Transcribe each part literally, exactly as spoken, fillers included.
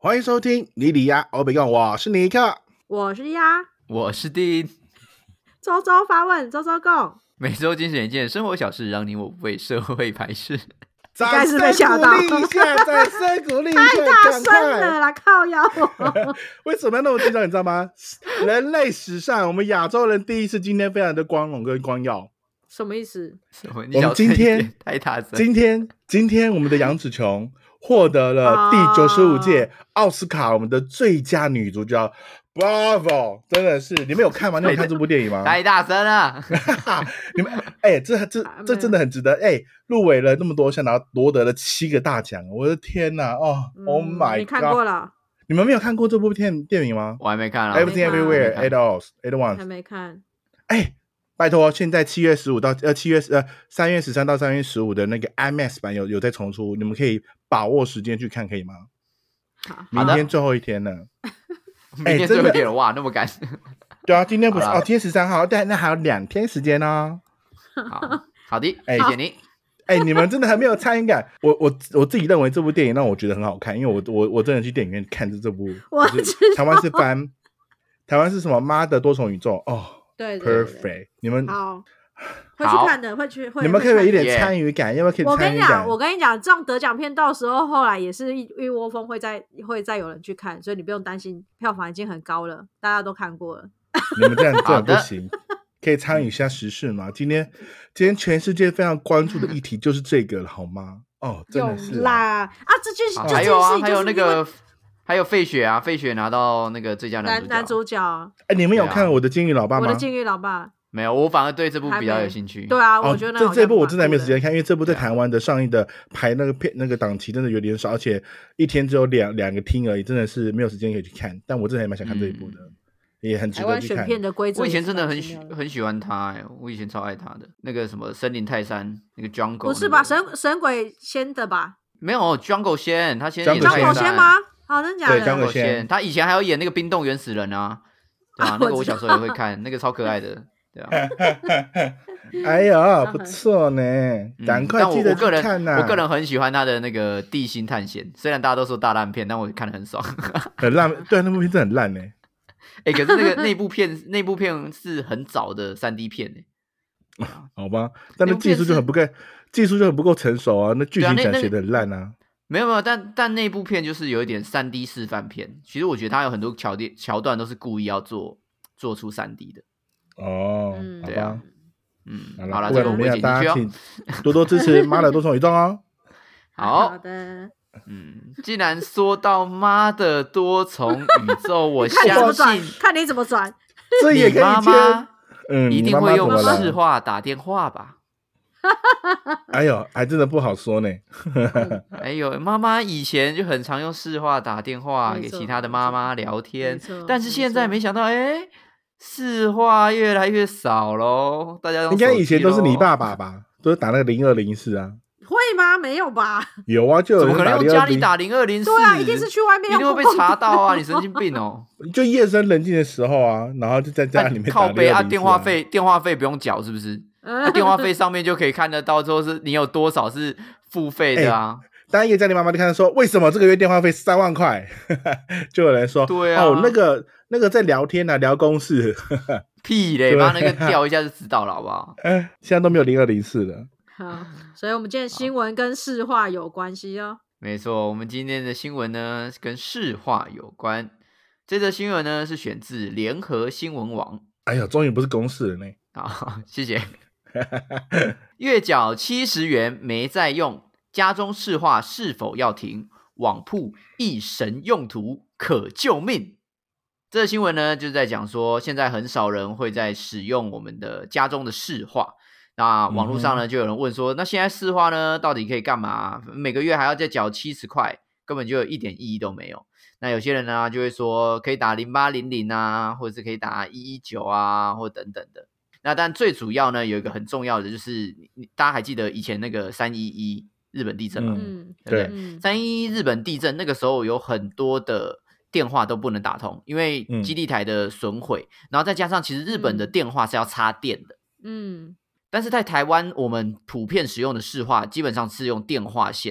欢迎收听尼里亚欧北共，我是尼克， 我是鸭， 我是丁。 周周发问，周周共， 每周精选一件生活小事，让你我不被社会排斥。 掌声鼓励一下，掌声鼓励一下， 太大声了啦，靠腰我。 为什么要那么紧张？你知道吗？人类史上，我们亚洲人第一次今天非常的光荣跟光耀。 什么意思？ 什么？ 我们今天太大声。 今天今天我们的杨紫琼获得了第九十五届奥斯卡我们的最佳女主角。Bravo！ 真的是，你们有看吗？你有看这部电影吗？ 太大声了！ 你们哎、欸，这这这真的很值得哎！入、欸、围了那么多项，然后夺得了七个大奖，我的天哪！哦、嗯、，Oh my God！ 你看过了？ 你们没有看过这部电电影吗？ 我还没看啊。 Everything Everywhere at all at once。 还没看。 哎、欸，拜托，现在七月十五到呃七月呃三月十三到三月十五的那个 IMAX 版有有在重出，你们可以把握时间去看，可以吗？ 好， 明天最后一天了。 明天最后一天了、欸、哇，那么赶。 对啊，今天不是哦，今天十三号，但那还有两天时间哦。 好好的， 哎、 谢谢你。 哎、欸，你们真的很没有参与感。我我我自己认为这部电影让我觉得很好看，因为我我我真的去电影院看这这部。 我知道台湾是翻，台湾是什么？妈的多重宇宙哦。 对, 对, 对, 对 ，perfect。你们好。会去看的，会去会。 你们可以有一点参与感，要不要可以参与感？ 我跟你讲，我跟你讲，这种得奖片到时候后来也是一一窝蜂会再会再有人去看，所以你不用担心，票房已经很高了，大家都看过了。 你们这样这样不行，可以参与一下时事吗？今天今天全世界非常关注的议题就是这个了，好吗？哦，真的是、啊、 有啦啊，这件这件还有啊， 事还有那个还有费雪啊，费雪拿到那个最佳男主角。 男主角。 哎、欸，你们有看我的金鱼老爸吗？ 我的金鱼老爸。 没有，我反而对这部比较有兴趣。 对啊，我觉得那、 哦、这这部我真的还没有时间看，因为这部在台湾的上映的排那个片那个档期真的有点少，而且一天只有两两个厅而已，真的是没有时间可以去看。但我真的还蛮想看这一部的，嗯、也很值得去看。 台湾选片的规则， 我以前真的很喜很喜欢他、欸，我以前超爱他的。那个什么森林泰山，那个 Jungle， 不是吧？神神鬼仙的吧？ 没有 Jungle 仙，他先演泰山。Jungle 仙吗？好，真假的？ 对 Jungle 仙， 他以前还有演那个冰冻原始人啊，对啊，那个我小时候也会看，那个超可爱的。对啊， 哎呀，不错呢，赶、嗯、快记得去看啊！我个人很喜欢他的那个地心探险，虽然大家都说大烂片，但我看得很爽。 很烂，对，那部片真的很烂呢。 哎、欸，可是那个那部片，那部片是很早的三 D 片呢。 好吧，但那技术就很不够，技术就很不够成熟啊，那剧情讲写的很烂啊。 没有没有，但但那部片就是有一点三 D 示范片。其实我觉得它有很多桥段桥段都是故意要做做出三 D 的。 哦， 嗯、 好吧， 对啊，嗯， 好了， 这个我们大家请多多支持妈的多重宇宙哦。 好好的， 嗯，既然说到妈的多重宇宙，我相信看你怎么转， 这也可以妈妈， 嗯， 一定会用市话打电话吧？ 哎呦，还真的不好说呢。 哎呦，妈妈以前就很常用市话打电话给其他的妈妈聊天，但是现在没想到，哎。市话越来越少咯，大家用手机咯。 应该以前都是你爸爸吧，都是打那个零二零四啊。 会吗？没有吧？ 有啊，就有人怎么可能用家里打零二零四？ 对啊，一定是去外面用， 一定会被查到啊！你神经病哦！ 就夜深人静的时候啊，然后就在家里面打零二零四、啊。 靠北啊，电话费电话费不用缴是不是？啊、电话费上面就可以看得到，说是你有多少是付费的啊。 欸当一个家里妈妈就看到说，为什么这个月电话费三万块？就有人说， 对啊， 哦，那个那个在聊天啊，聊公事， 屁嘞，把那个调一下就知道了，好不好？ 哎，现在都没有零二零四了。 好，所以我们今天新闻跟市话有关系哦。 没错，我们今天的新闻呢跟市话有关。这则新闻呢是选自联合新闻网。 哎呀，终于不是公事了呢。 好，谢谢。月缴七十元没再用。家中市话是否要停？网铺一神用途可救命。这个新闻呢，就是在讲说，现在很少人会在使用我们的家中的市话。那网络上呢，就有人问说，那现在市话呢，到底可以干嘛？每个月还要再缴七十块，根本就一点意义都没有。那有些人呢，就会说可以打零八零零啊，或者是可以打一一九啊，或等等的。那但最主要呢，有一个很重要的就是，大家还记得以前那个三一一日本地震嘛， 嗯， 对不对？三一一日本地震那个时候有很多的电话都不能打通，因为基地台的损毁，嗯、然后再加上其实日本的电话是要插电的，嗯，但是在台湾我们普遍使用的市话基本上是用电话线，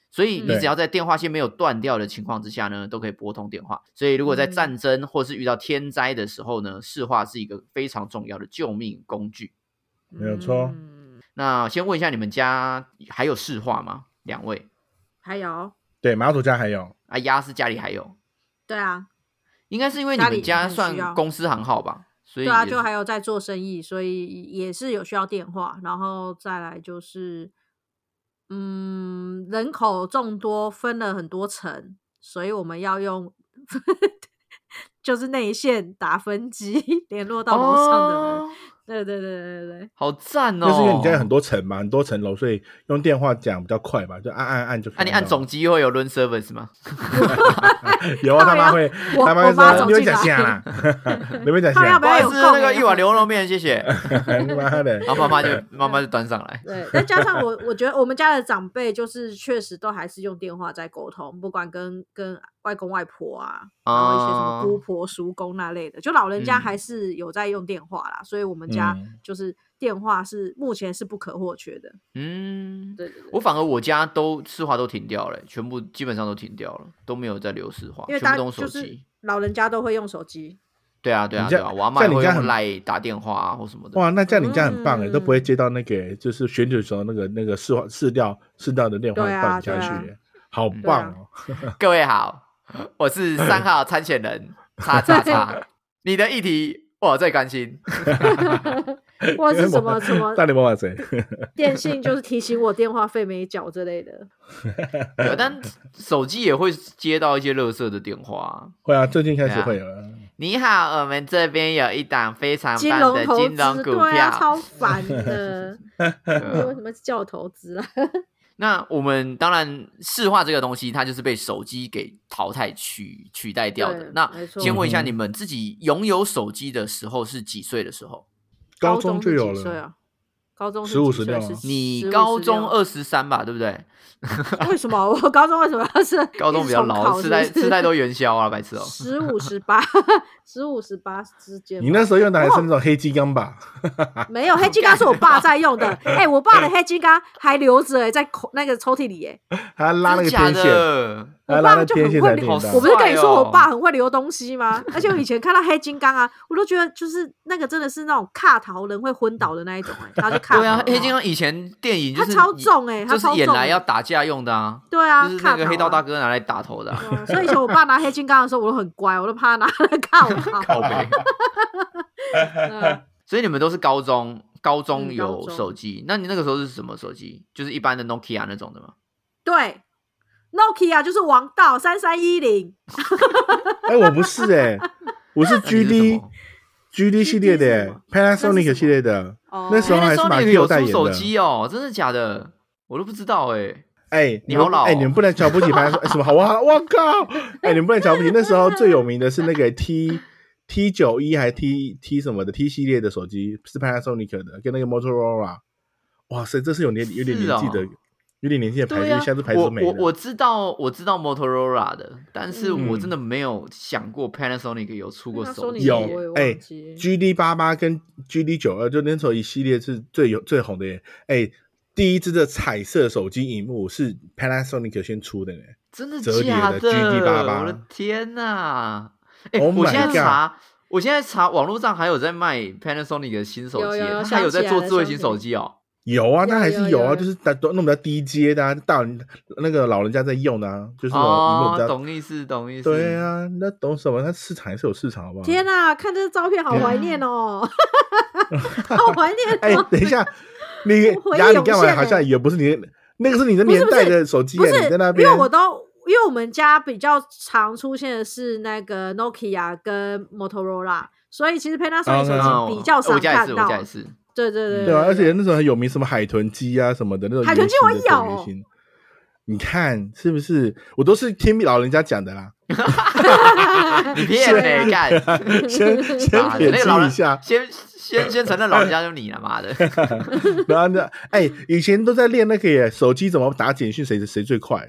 所以你只要在电话线没有断掉的情况之下呢，都可以拨通电话。所以如果在战争或是遇到天灾的时候呢，市话是一个非常重要的救命工具。 没有错。 嗯、 那先问一下，你们家还有市话吗？两位？ 还有。 对，马祖家还有。 啊，鸭是家里还有。 对啊。 应该是因为你们家算公司行号吧，所以对啊，就还有在做生意，所以也是有需要电话，然后再来就是，嗯，人口众多，分了很多层，所以我们要用就是内线打分机联络到楼上的人。哦、对对对对对， 好赞哦！ 就是因为你家有很多层嘛，很多层楼，所以用电话讲比较快吧，就按按按就可以。 那、啊、你按总机会有 room service 吗？ 有啊，他妈会，他妈会说你会讲啥啦？你会讲啥？ 不好意思，那个一碗牛肉面，谢谢。 妈的， 然后妈妈就妈妈就端上来。 对，再加上我，我觉得我们家的长辈就是确实都还是用电话在沟通，不管跟跟外公外婆啊，然后一些什么姑婆、叔公那类的，就老人家还是有在用电话啦，所以我们家就是电话是目前是不可或缺的。 嗯， 对对对， 我反而我家都市话都停掉了，全部基本上都停掉了，都没有在留市话， 因为全部都用手机。 就是老人家都会用手机。 对啊，对啊，对啊，我阿嬷会用赖打电话啊或什么的。 哇，那这样你家很棒哎、 嗯， 都不会接到那个就是选举的时候那个那个市话市调市调的电话报你下去、啊，好棒哦！ 啊、各位好，我是三号参选人叉叉叉，你的议题我最关心。 或者是什么什么大联盟谁？ 电信就是提醒我电话费没缴之类的。 对，但手机也会接到一些垃圾的电话。 会啊，最近开始会有了。 你好，我们这边有一档非常棒的金融股票， 对啊，超烦的。你为什么叫我投资啊？ 那我们当然市话这个东西，它就是被手机给淘汰取取代掉的。那先问一下，你们自己拥有手机的时候是几岁的时候？ 高中就有了。 啊、高中十五十六， 你高中二十三吧，对不对？ 为什么我高中为什么要是高中比较老，吃太吃太多元宵啊，白痴哦！ 十五十八，十五十八之间。 你那时候用的还是那种黑金刚吧？ 没有，黑金刚是我爸在用的。哎、欸，我爸的黑金刚还留着哎，在那个抽屉里哎。 他拉那个天线， 我爸就很会留。我不是跟你说我爸很会留东西吗？而且我以前看到黑金刚啊，我都觉得就是那个真的是那种卡桃人会昏倒的那一种哎，他就卡。 对啊，黑金刚以前电影就是他超重哎，他就是演来要打架用的啊。 对啊， 就是那个黑道大哥拿来打头的、啊啊。所以以前我爸拿黑金刚的时候，我都很乖，我都怕他拿来看我。 靠北。所以你们都是高中，高中有手机、嗯，那你那个时候是什么手机？就是一般的 Nokia 那种的吗？ 对 ，Nokia 就是王道三三一零。 哎，我不是哎、欸，我是 G D。G D 系列的 Panasonic 系列的、哦，那时候还是马 Q 代言的。 手机哦，真的假的？我都不知道哎、欸。 哎、欸， 你好老、哦！ 哎、欸，你们不能瞧不起 Panasonic、欸、什么？好哇，我靠！哎、欸，你们不能瞧不起。那时候最有名的是那个 T T 九一 还 T T 什么的 T 系列的手机，是 Panasonic 的，跟那个 Motorola。哇塞，这是有年有点年纪的。有点年纪的牌子，因为现在牌子都没了。 我我我知道我知道 Motorola 的，但是我真的没有想过 Panasonic 有出过手机。 有哎、欸、，G D 八八跟 G D 九二就那时候一系列是最有最红的耶。哎、欸，第一支的彩色手机萤幕是 Panasonic 先出的呢， 真的假的 ？G D 八八， 我的天哪！哎、欸 oh 我现在查，我现在查网络上还有在卖 Panasonic 的新手机，他还有在做智慧型手机哦。 有啊，那还是有啊，有就是都弄比较低阶的啊，大人那个老人家在用的啊，就是哦，懂意思，懂意思。 对啊，那懂什么？那市场还是有市场，好不好？ 天啊，看这照片好怀念哦，好怀念、哦。 哎、欸，等一下，你牙你干嘛？好像也不是你那个是你的年代的手机、欸， 不是你在那边。 因为我都因为我们家比较常出现的是那个 Nokia 跟 Motorola， 所以其实 Panasonic 手机比较少看到。 我家也是。 对对 对, 对啊，而且那时候很有名，什么海豚机啊什么的那种。 海豚机我有， 你看是不是？我都是听老人家讲的啦。 你骗人干！ 先先撇清一下， 先先先承认老人家就是你了，妈的！ 然后呢，哎、欸，以前都在练那个耶，手机怎么打简讯，谁谁最快？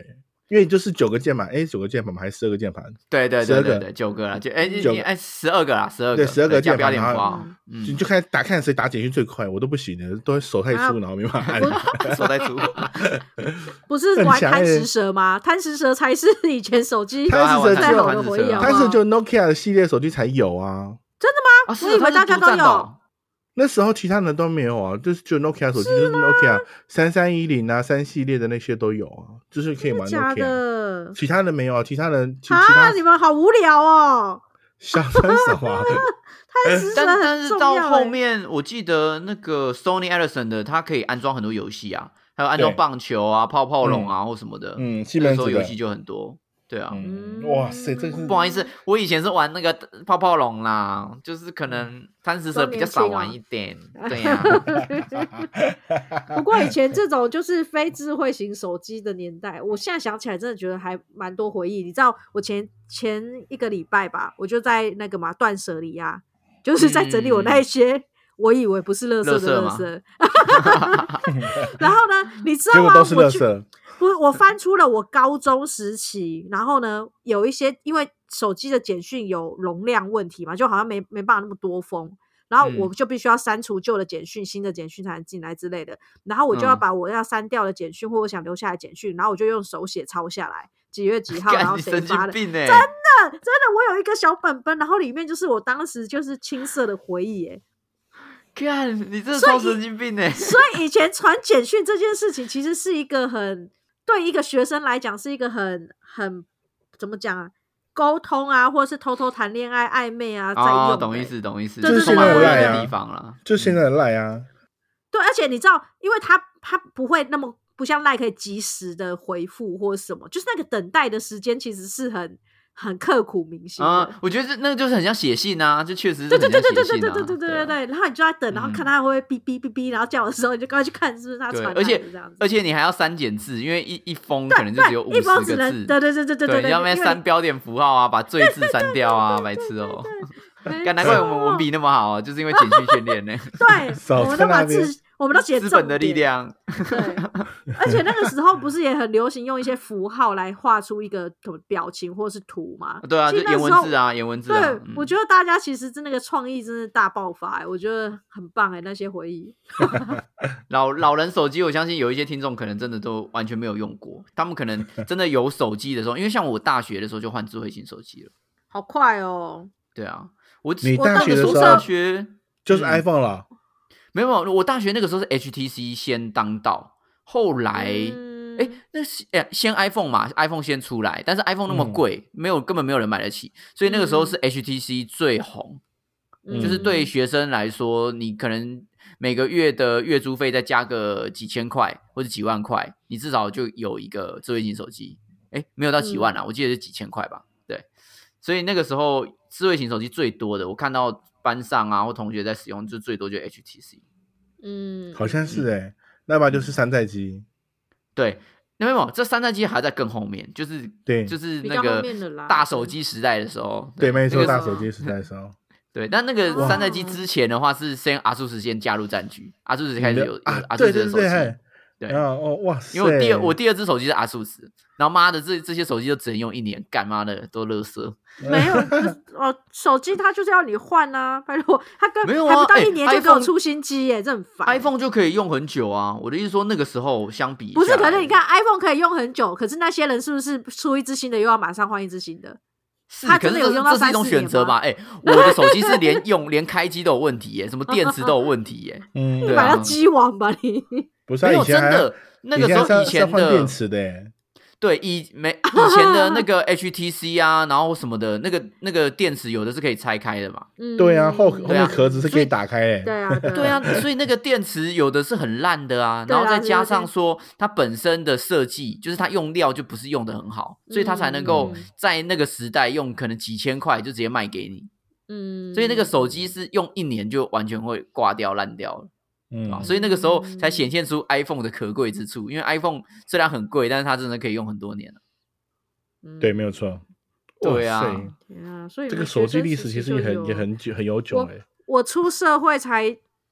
因为就是九个键盘，哎，九个键盘吗？还是十二个键盘？ 对对对对 12 对，九个啦，就哎九个哎十二个啦，十二个， 对，十二个键盘， 加标点符然后号，嗯就就看打看谁打简讯最快，我都不行的，都手太粗，然后没办法按。 手在粗， 不是玩贪食蛇吗？贪食蛇才是以前手机贪食蛇最好的回忆， 贪食蛇就 Nokia 的系列手机才有啊。 真的吗？我以为大家都有。 那时候其他人都没有啊，就是就 Nokia 手机，就是 Nokia 三三一零啊，三系列的那些都有啊，就是可以玩 Nokia。其他人没有啊，其他人其啊， 其他你们好无聊哦。 小分什么？ 但但是到后面，我记得那个 Sony Ericsson 的，它可以安装很多游戏啊，还有安装棒球啊、泡泡龙啊、嗯、或什么的。 嗯， 那时候游戏就很多。对啊， 嗯，哇塞，这是不好意思，我以前是玩那个泡泡龙啦，就是可能贪食蛇比较少玩一点，对呀、 啊。不过以前这种就是非智慧型手机的年代，我现在想起来真的觉得还蛮多回忆。你知道，我前前一个礼拜吧，我就在那个嘛断舍离啊，就是在整理我那一些。嗯我以为不是垃圾的垃圾，然后呢，你知道吗？ 结果都是垃圾。 不是，我翻出了我高中时期，然后呢，有一些因为手机的简讯有容量问题嘛，就好像没没办法那么多封，然后我就必须要删除旧的简讯，新的简讯才能进来之类的。然后我就要把我要删掉的简讯、嗯、或我想留下的简讯，然后我就用手写抄下来，几月几号，然后谁发的。 欸、真的真的，我有一个小本本，然后里面就是我当时就是青涩的回忆耶。 看你这超神经病哎！ 所以以前传简讯这件事情，其实是一个很对一个学生来讲是一个很很怎么讲啊？沟通啊，或者是偷偷谈恋爱、暧昧啊，在用、欸。 哦，懂意思，懂意思， 就是现在的赖啊， 地方了， 就现在的赖啊。 对，而且你知道，因为他他不会那么不像赖可以及时的回复或什么，就是那个等待的时间其实是很。很刻骨铭心的、 啊，我觉得那个就是很像写信啊，就确实是很像写信、啊、 对对对对对对对对对对对，然后你就在等，然后看他会不会哔哔哔哔，然后叫的时候你就赶快去看是不是他传来的这样子， 而且你还要删减字，因为一一封可能就只有五十个字， 对对对对对对， 你要那边删标点符号啊，把赘字删掉啊，白痴哦。难怪我们文笔那么好啊，就是因为简讯训练呢。 对，我们都把字，我们都写资本的力量。 对，而且那个时候不是也很流行用一些符号来画出一个表情或是图吗？ 对啊，就颜文字啊，颜文字、啊。 对、 嗯， 我觉得大家其实那个创意真的大爆发、欸，我觉得很棒哎、欸，那些回忆。 老老人手机，我相信有一些听众可能真的都完全没有用过，他们可能真的有手机的时候，因为像我大学的时候就换智慧型手机了， 好快哦。 对啊。我你大学的时候大学就是 iPhone 了、嗯， 没有没有，我大学那个时候是 H T C 先当道，后来哎、嗯欸，那是哎、欸、先 iPhone 嘛 ，iPhone 先出来，但是 iPhone 那么贵、嗯，没有根本没有人买得起，所以那个时候是 H T C 最红，嗯、就是对学生来说，你可能每个月的月租费再加个几千块或者几万块，你至少就有一个智慧型手机，哎、欸，没有到几万啊、嗯，我记得是几千块吧，对，所以那个时候。智慧型手机最多的，我看到班上啊或同学在使用，就最多就 H T C。 嗯， 好像是哎、欸，那把就是山寨机。 对，那没有，这山寨机还在更后面，就是对， 就是那个大手机时代的时候。 对，对没错、那個，大手机时代的时候。 对，但那个山寨机之前的话，是先 ASUS 先加入战局 ，ASUS 开始有 ASUS 的手机。对哦哇塞！ 因为我第二我第二只手机是 ASUS， 然后妈的这这些手机就只能用一年，干妈的都垃圾。 没有哦，手机它就是要你换啊，拜托，它跟没有啊， 还不到一年就给我出新机耶， 欸、 这很烦。 iPhone 就可以用很久啊，我的意思说那个时候相比不是，可是你看 iPhone 可以用很久，可是那些人是不是出一支新的又要马上换一支新的？ 是，可是这这是一种选择吧？哎、欸，我的手机是连用连开机都有问题耶，什么电池都有问题耶。 嗯， 你买到机王吧你？ 不是、啊， 没有真的。那个时候以前的电池的耶， 对以没以前的那个 H T C 啊，然后什么的那个那个电池有的是可以拆开的嘛。 嗯， 对啊，后后面壳子是可以打开诶。 对啊， 对啊，所以那个电池有的是很烂的啊，然后再加上说它本身的设计，就是它用料就不是用的很好，所以它才能够在那个时代用可能几千块就直接卖给你。嗯，所以那个手机是用一年就完全会挂掉烂掉了。嗯，所以那个时候才显现出 iPhone 的可贵之处，因为 iPhone 虽然很贵，但是它真的可以用很多年了。 嗯、对，没有错。 对啊， 啊，所以这个手机历史其实也很也很久很悠久哎、欸。 我出社会才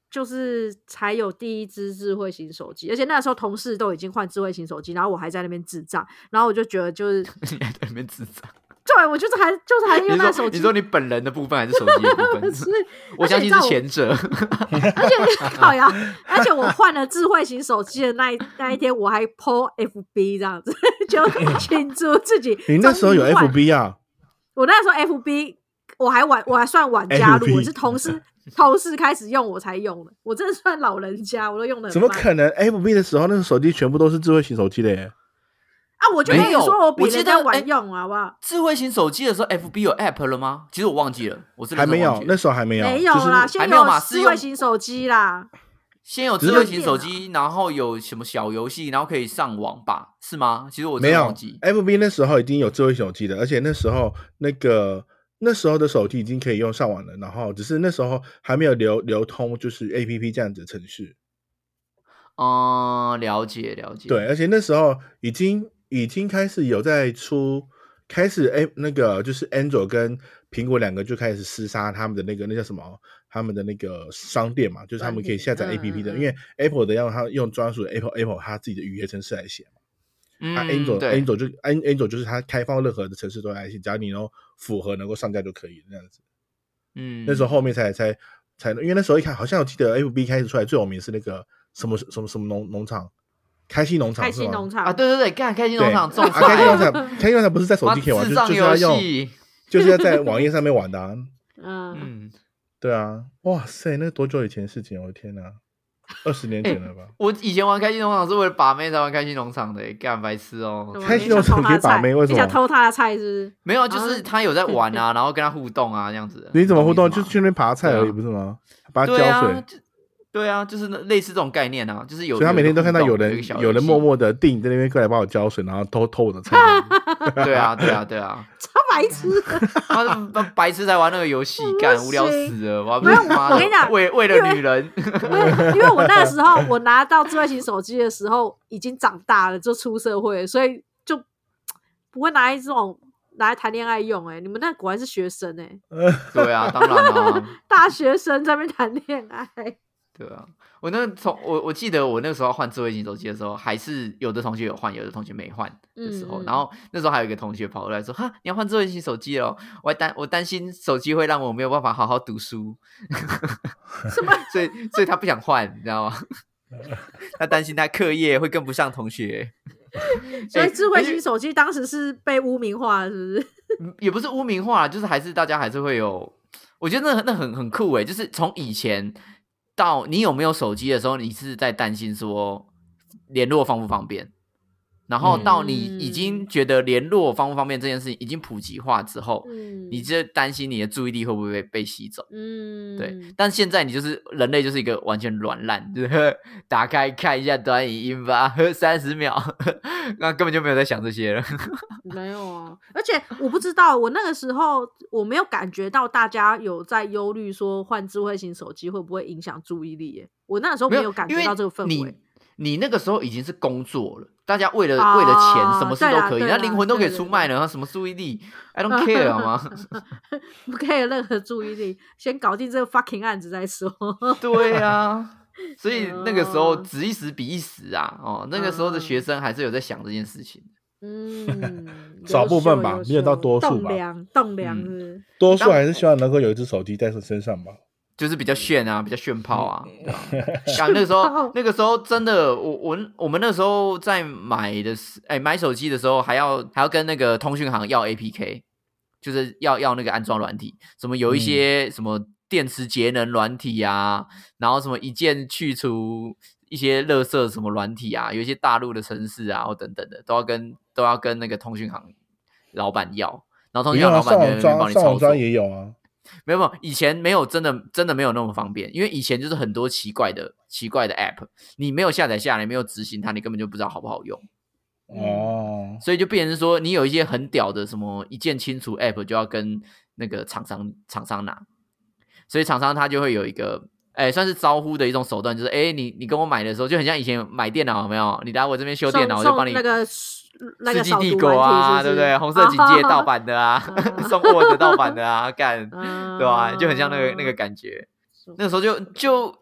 就是才有第一支智慧型手机，而且那时候同事都已经换智慧型手机，然后我还在那边智障，然后我就觉得就是你还在那边智障。 对，我就是还就是还用那手机。 你说你本人的部分还是手机的部分？ 是， 我相信是前者。 而且靠呀，而且我换了智慧型手机的那一那一天，我还 po F B 这样子，就庆祝自己。 你那时候有 F B 啊？ 我那时候 F B 我还晚，我还算晚加入，我是同事同事开始用我才用的，我真的算老人家，我都用的。 怎么可能 ？F B 的时候，那个手机全部都是智慧型手机的耶。 啊，我就跟你说，我比人家晚用，好不好？ 智慧型手机的时候 ，F B 有 App 了吗？其实我忘记了，我是还没有，那时候还没有， 没有啦， 就是、 先有智慧型手机啦。 先有智慧型手机，然后有什么小游戏，然后可以上网吧，是吗？其实我真的忘记。 F B 那时候已经有智慧型手机的，而且那时候那个那时候的手机已经可以用上网了，然后只是那时候还没有流流通，就是 A P P 这样子的程序。 哦、嗯，了解了解。 对，而且那时候已经。已经开始有在出，开始哎，那个就是 Android 跟苹果两个就开始厮杀他们的那个那叫什么，他们的那个商店嘛，就是他们可以下载 A P P 的，嗯嗯嗯因为 Apple 的要它用专属的 Apple Apple 它自己的语言程式来写嘛，嗯，啊 Android Android 就 Android 就是它开放任何的程式都来写，只要你能符合能够上架就可以这样子。嗯，那时候后面才才才，因为那时候一看好像我记得 F B 开始出来最有名是那个什么什么什么农农场。开心农场， 开心农场啊，对对对，干开心农场种菜、 啊，开心农场，开心农场不是在手机可以玩，就就是要用，就是要在网页上面玩的、啊。嗯，对啊，哇塞，那多久以前的事情？我的天哪，二十年前了吧、欸？ 我以前玩开心农场是为了把妹才玩开心农场的、欸，干白痴哦、喔！ 开心农场可以把妹，为什么？ 你想偷他的菜是不是？ 没有，就是他有在玩啊，然后跟他互动啊，这样子。 你怎么互动？就去那边爬菜而已，不是吗？把它浇水。 对啊，就是类似这种概念啊，就是有。 所以他每天都看到有人有, 有人默默的定在那边过来帮我浇水，然后偷偷我的菜。 对啊，对啊，对啊， 超白痴！ 他白痴才玩那个游戏，干无聊死了！我没有，我跟你讲， 为为了女人， 因为因为我那时候我拿到智慧型手机的时候已经长大了，就出社会了，所以就不会拿一种拿来谈恋爱用。哎、欸，你们那果然是学生哎、 欸。对啊，当然啦、啊， 大学生在那边谈恋爱。 对啊，我那从我我记得我那个时候换智慧型手机的时候，还是有的同学有换，有的同学没换的时候、嗯，然后那时候还有一个同学跑过来说：“哈，你要换智慧型手机了，我还担我担心手机会让我没有办法好好读书。” 什么？ 所以所以他不想换，你知道吗？他担心他课业会跟不上同学。 所以智慧型手机当时是被污名化了，是不是？ 也不是污名化，就是还是大家还是会有，我觉得那那很很酷诶，就是从以前。到你有没有手机的时候，你是在担心说联络方不方便，然后到你已经觉得联络方不方便这件事情已经普及化之后，嗯、你就担心你的注意力会不会被被吸走。嗯，对。但现在你就是人类就是一个完全软烂，就是打开看一下短影音吧，三十秒，那根本就没有在想这些了。 没有啊，而且我不知道，我那个时候我没有感觉到大家有在忧虑说换智慧型手机会不会影响注意力耶。我那个时候没有感觉到这个氛围。 你那个时候已经是工作了，大家为了、哦、为了钱，什么事都可以，那灵魂都可以出卖了，什么注意力 ，I don't care 好吗？ 不 care 任何注意力，先搞定这个 fucking 案子再说。 对啊，所以那个时候值一时比一时啊，哦，那个时候的学生还是有在想这件事情。 嗯， 少部分吧，没有到多数吧。 栋梁，栋梁是、嗯， 多数还是希望能够有一只手机在身上吧。 就是比较炫啊，比较炫炮啊，对吧？像那个时候，那个时候真的，我我我们那时候在买的是，哎，买手机的时候还要还要跟那个通讯行要 A P K， 就是要要那个安装软体，什么有一些什么电池节能软体啊，然后什么一键去除一些垃圾什么软体啊，有一些大陆的城市啊，或等等的，都要跟都要跟那个通讯行老板要，然后通讯行老板就在那边帮你操作， 也有啊。 没有没有，以前没有，真的真的没有那么方便，因为以前就是很多奇怪的奇怪的 app， 你没有下载下来，没有执行它，你根本就不知道好不好用。哦，所以就变成说，你有一些很屌的什么一键清除 app， 就要跟那个厂商厂商拿，所以厂商他就会有一个，哎，算是招呼的一种手段，就是哎，你你跟我买的时候，就很像以前买电脑有没有？你来我这边修电脑，我就帮你那个。那个世纪帝国啊，对不对？红色警戒盗版的啊，送货的盗版的啊，干，对吧、啊？就很像那个那个感觉。那个时候就就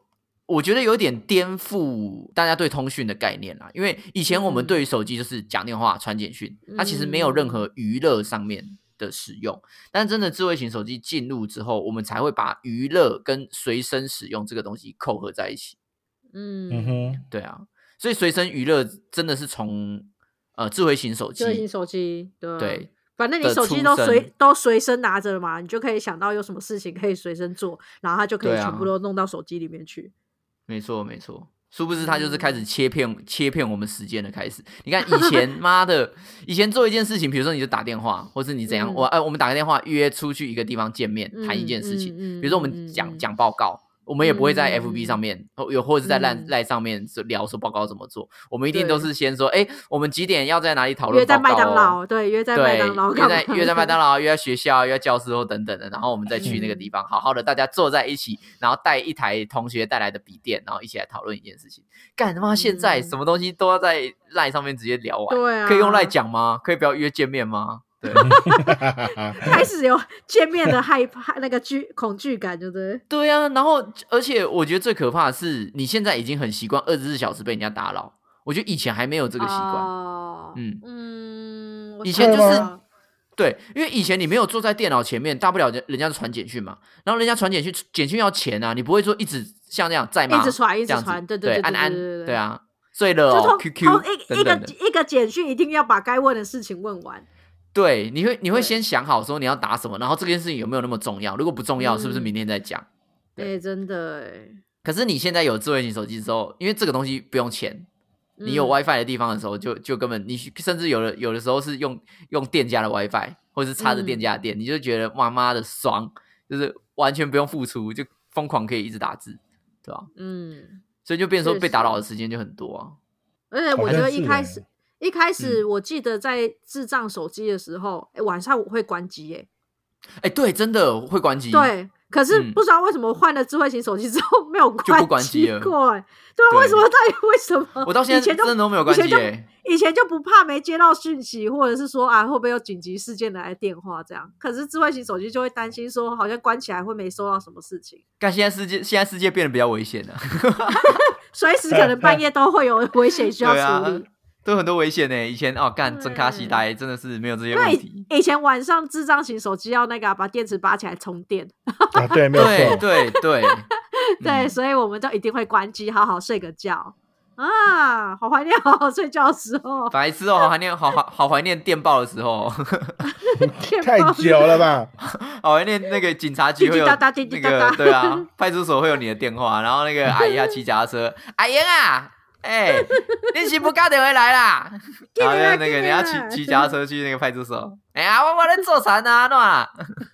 我觉得有点颠覆大家对通讯的概念啦，因为以前我们对于手机就是讲电话、传简讯，它其实没有任何娱乐上面的使用。但真的智慧型手机进入之后，我们才会把娱乐跟随身使用这个东西扣合在一起。 嗯哼， 对啊，所以随身娱乐真的是从呃智慧型手机， 智慧型手机，对、啊、 对。 反正你手机都随都随身拿着嘛，你就可以想到有什么事情可以随身做，然后它就可以全部都弄到手机里面去。 没错没错，殊不知它就是开始切片、嗯、切片我们时间的开始。你看以前妈的，以前做一件事情，比如说你就打电话，或是你怎样，嗯、我呃我们打个电话约出去一个地方见面谈、嗯、一件事情，嗯嗯、比如说我们讲讲、嗯、报告。我们也不会在 F B 上面，有、嗯、或者是在 LINE、嗯、上面聊说报告怎么做。我们一定都是先说，哎，我们几点要在哪里讨论报告、哦？ 约在麦当劳，对，约在麦当劳， 约在约在麦当劳，约在学校，约在教室或等等的，然后我们再去那个地方，好好的大家坐在一起，然后带一台同学带来的笔电，然后一起来讨论一件事事情。干他妈现在什么东西都要在 LINE 上面直接聊完， 对啊， 可以用 LINE 讲吗？可以不要约见面吗？对， 开始有见面的害怕那个惧恐惧感，对不对？ 对啊，然后而且我觉得最可怕的是，你现在已经很习惯二十四小时被人家打扰。我觉得以前还没有这个习惯。 哦、 嗯嗯， 以前就是对，因为以前你没有坐在电脑前面，大不了人家传简讯嘛，然后人家传简讯，简讯要钱啊，你不会说一直像这样在吗？ 一直传，一直传，对对对， 安安，对啊，睡了哦 ，Q Q， 一个一个简讯一定要把该问的事情问完。 对，你会你会先想好说你要打什么，然后这件事情有没有那么重要？如果不重要，嗯、是不是明天再讲？ 哎、欸，真的哎。 可是你现在有智慧型手机之后，因为这个东西不用钱，你有 WiFi 的地方的时候就，就就根本你甚至有的有的时候是用用店家的 WiFi， 或者是插着店家的电，嗯、你就觉得妈妈的爽，就是完全不用付出，就疯狂可以一直打字，对吧？嗯，所以就变成说被打扰的时间就很多啊。 而且我觉得一开始。一开始我记得在智障手机的时候，哎、嗯，晚上我会关机，哎， 哎，对，真的会关机。 对，可是不知道为什么换了智慧型手机之后没有关机过，就不关机了。对，为什么？到底为什么？ 我到现在真的都没有关机耶。 以前就不怕没接到讯息，或者是说啊会不会有紧急事件来电话这样。可是智慧型手机就会担心说，好像关起来会没收到什么事情。 但现在世界现在世界变得比较危险了， 随时可能半夜都会有危险需要处理。 都有很多危险呢，以前哦干真卡西呆真的是没有这些问题。 以前晚上智障型手机要那个、啊、把电池拔起来充电， 啊、对，没有错， 对对对对、嗯，所以我们就一定会关机，好好睡个觉啊！好怀念好好睡觉的时候， 白痴哦，好怀念，好好好怀念电报的时候， 太久了吧？ 好怀念那个警察局会有那个对啊，派出所会有你的电话，然后那个阿姨要骑脚踏车，阿英啊。哎、欸，你是不打电话来啦？然后那个你要骑骑脚踏车去那个派出所。哎呀，我我在做啥呢？喏，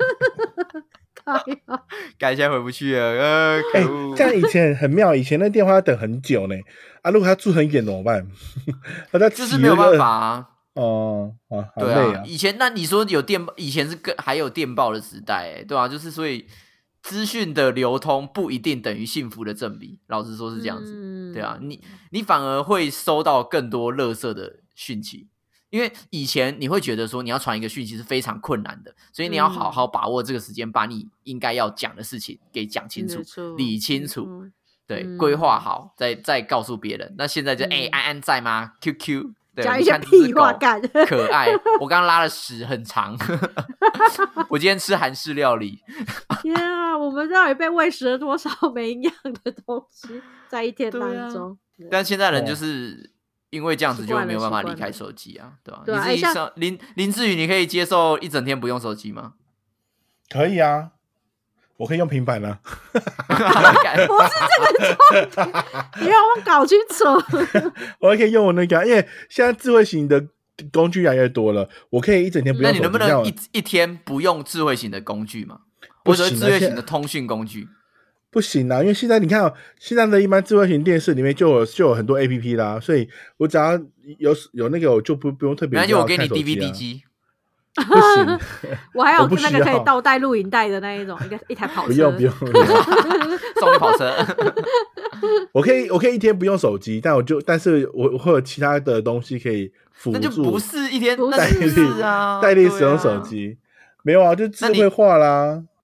改现在回不去了，呃，可恶！ 这样以前很妙，以前那电话要等很久呢。啊，如果他住很远怎么办？那他就是没有办法啊。 哦，啊，好累啊！以前那你说有电，以前是跟还有电报的时代，哎，对啊，就是所以资讯的流通不一定等于幸福的正比。老实说是这样子。嗯对啊，你你反而会收到更多垃圾的讯息，因为以前你会觉得说你要传一个讯息是非常困难的，所以你要好好把握这个时间，把你应该要讲的事情给讲清楚、理清楚，嗯、对，规划好，再再告诉别人。那现在就哎、嗯欸，安安在吗 ？Q Q， 对， 讲一些屁话干， 可爱。我刚刚拉了屎很长，我今天吃韩式料理。 天啊，我们到底被喂食了多少没营养的东西？在一天当中， 啊、但现在人就是因为这样子就没有办法离开手机啊，对吧、啊？你自己说林林志宇，你可以接受一整天不用手机吗？ 可以啊，我可以用平板啊。 不是这个重点，你让我搞清楚。 我还可以用我那个，因为现在智慧型的工具越来越多了，我可以一整天不用手机。 那你能不能一一天不用智慧型的工具吗？或者智慧型的通讯工具？ 不行啊，因为现在你看、哦，现在的一般智慧型电视里面就有就有很多 A P P 啦，所以我只要有有那个，我就不不用特别、啊。 那就我给你 D V D 机， 不行。 我还有那个可以倒带录影带的那一种，一个一台跑车。 不用不用，不用送你跑车。 我可以我可以一天不用手机，但我就但是我会有其他的东西可以辅助。 那就不是一天不是啊， 代替使用手机、啊，没有啊，就智慧化啦。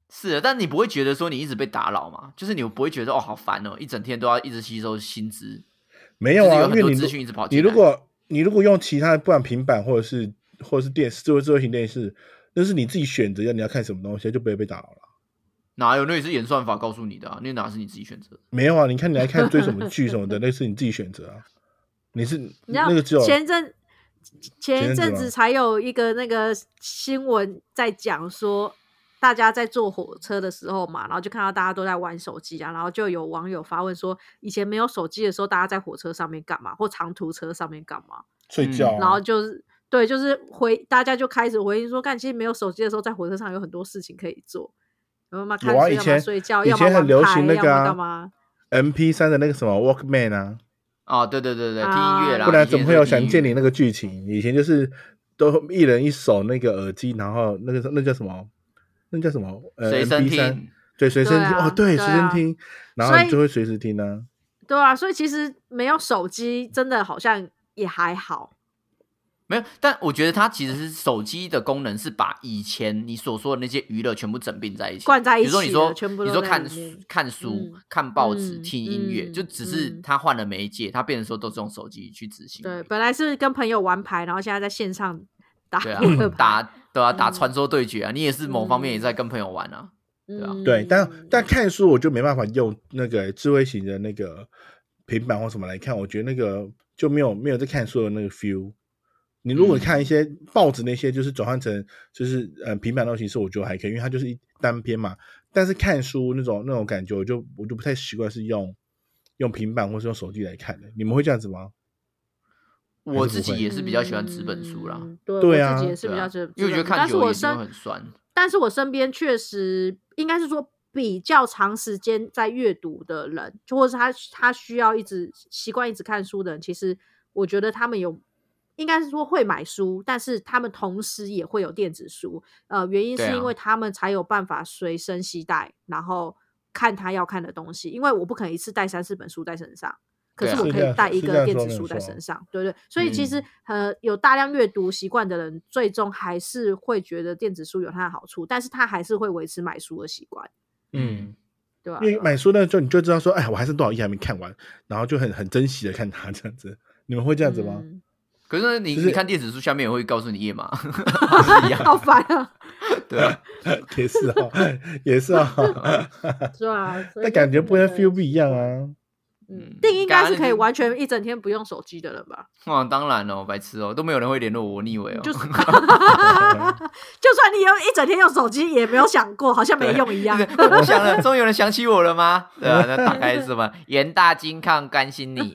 是的，但你不会觉得说你一直被打扰吗？就是你不会觉得哦好烦哦，一整天都要一直吸收薪资。 没有啊， 就是有很多因为你资讯一直跑进来。 你如果你如果用其他的，不管平板或者是或者是电视智慧智慧型电视，那是你自己选择要你要看什么东西，就不会被打扰了。 哪有？那也是演算法告诉你的啊，那哪是你自己选择的？ 没有啊，你看你来看追什么剧什么的，那是你自己选择啊。你是你知道那个只有前阵前一阵子吗才有一个那个新闻在讲说，大家在坐火车的时候嘛，然后就看到大家都在玩手机啊，然后就有网友发问说，以前没有手机的时候，大家在火车上面干嘛，或长途车上面干嘛？ 睡觉、啊然后就是对，就是回大家就开始回应说，干，其实没有手机的时候，在火车上有很多事情可以做，要么看有啊， 书，要么以前睡觉， 以要么玩前很流行牌要么那个啊干嘛？ M P 三 的那个什么 Walkman 啊， 哦，对对对对，听啊音乐啦， 不然怎么会有想见你那那个剧情？以前就是都一人一手那个耳机，然后那个那叫什么？那叫什么？呃随身 M P 三听， 对，随身听、 对啊哦，对， 对啊随身听，然后所以你就会随时听啊。 对啊，所以其实没有手机真的好像也还好。 没有，但我觉得它其实是手机的功能是把以前你所说的那些娱乐全部整并在一起， 灌在一起的， 比如说你说全部都在你说看里面看书、 嗯看报纸、 嗯听音乐， 嗯就只是嗯它换了媒介，它变成说都是用手机去执行而已。 对，本来是跟朋友玩牌，然后现在在线上打对啊扑克，牌， 打对啊，打嗯传说对决啊，你也是某方面也在跟朋友玩啊。对啊嗯对，但但看书我就没办法用那个智慧型的那个平板或什么来看，我觉得那个就没有没有在看书的那个 feel。你如果看一些报纸那些，就是转换成就是呃平板那种形式，我觉得还可以，因为它就是一单篇嘛。但是看书那种那种感觉，我就我就不太习惯是用用平板或是用手机来看的。你们会这样子吗？ 我自己也是比较喜欢纸本书啦， 嗯对， 对啊我自己也是比对啊较纸本书， 因为我觉得看但是久了眼睛我身会很酸。 但是我身边确实应该是说比较长时间在阅读的人，就或者是他他需要一直习惯一直看书的人，其实我觉得他们有应该是说会买书，但是他们同时也会有电子书。呃，原因是对啊因为他们才有办法随身携带，然后看他要看的东西。因为我不可能一次带三四本书在身上。可是对啊我可以带一个电子书在身上，对对，所以其实、 嗯、 呃有大量阅读习惯的人，最终还是会觉得电子书有它的好处，但是他还是会维持买书的习惯， 嗯， 对吧、啊？ 因为买书呢，就你就知道说，哎，我还剩多少页还没看完，然后就很很珍惜的看它这样子。你们会这样子吗？ 嗯、 可是你、就是、你看电子书下面也会告诉你页码， 好烦啊！ 对啊， 也是啊，也是啊， 是吧？ 那感觉不跟 feel 不一样啊。 嗯，定应该是可以完全一整天不用手机的人吧？ 哇，当然哦，白痴哦，都没有人会联络我，你以为哦？ 就是，就算你有一整天用手机，也没有想过，好像没用一样。 我想了，终于有人想起我了吗？对啊，那打开什么严大金抗关心你，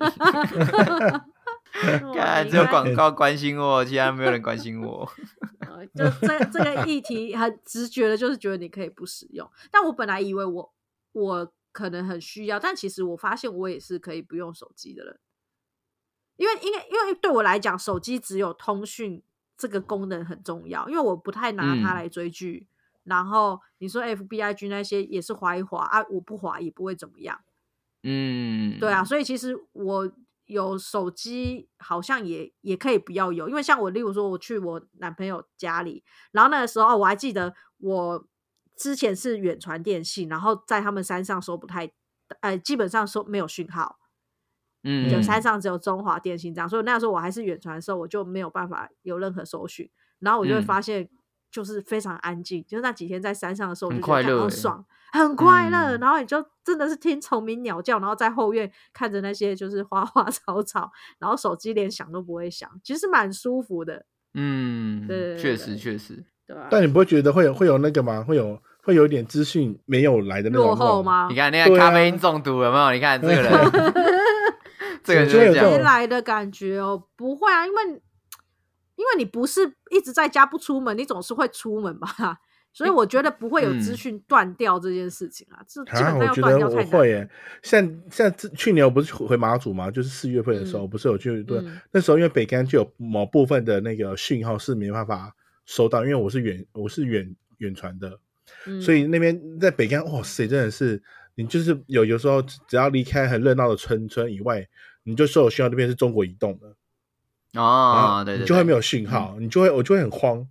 看只有广告关心我，其他没有人关心我。 就这这个议题很直觉的，就是觉得你可以不使用。但我本来以为我我。可能很需要，但其实我发现我也是可以不用手机的人，因为因为因为对我来讲，手机只有通讯这个功能很重要，因为我不太拿它来追剧。嗯、然后你说 F B I G 那些也是滑一滑啊，我不滑也不会怎么样。 嗯， 对啊，所以其实我有手机好像也也可以不要有，因为像我，例如说我去我男朋友家里，然后那个时候我还记得我。之前是远传电信，然后在他们山上收不太，呃，基本上收没有讯号，嗯，就山上只有中华电信这样，所以那时候我还是远传的时候，我就没有办法有任何搜讯，然后我就会发现就是非常安静，嗯、就是那几天在山上的时候，我就觉得好爽，很快乐，嗯、然后你就真的是听虫鸣鸟叫，然后在后院看着那些就是花花草草，然后手机连响都不会响，其实蛮舒服的， 嗯，对，确实确实。 对啊， 但你不会觉得会有会有那个吗？会有会有一点资讯没有来的那种落后吗？ 你看那个咖啡因中毒有没有？你看这个人，这个就是没来的感觉哦，不会啊，因为因为你不是一直在家不出门，你总是会出门吧？所以我觉得不会有资讯断掉这件事情啊，这、嗯、基本上要断掉太难。 我觉得我会耶，像像去年我不是回马祖嘛，就是四月份的时候，嗯、不是有去对、嗯、那时候因为北竿就有某部分的那个讯号是没办法收到，因为我是远我是远远传的，嗯、所以那边在北竿，哇塞，真的是你就是有有时候只要离开很热闹的村村以外，你就收有讯号那边是中国移动的哦，对对， 你就会没有讯号，嗯、你就会我就会很慌。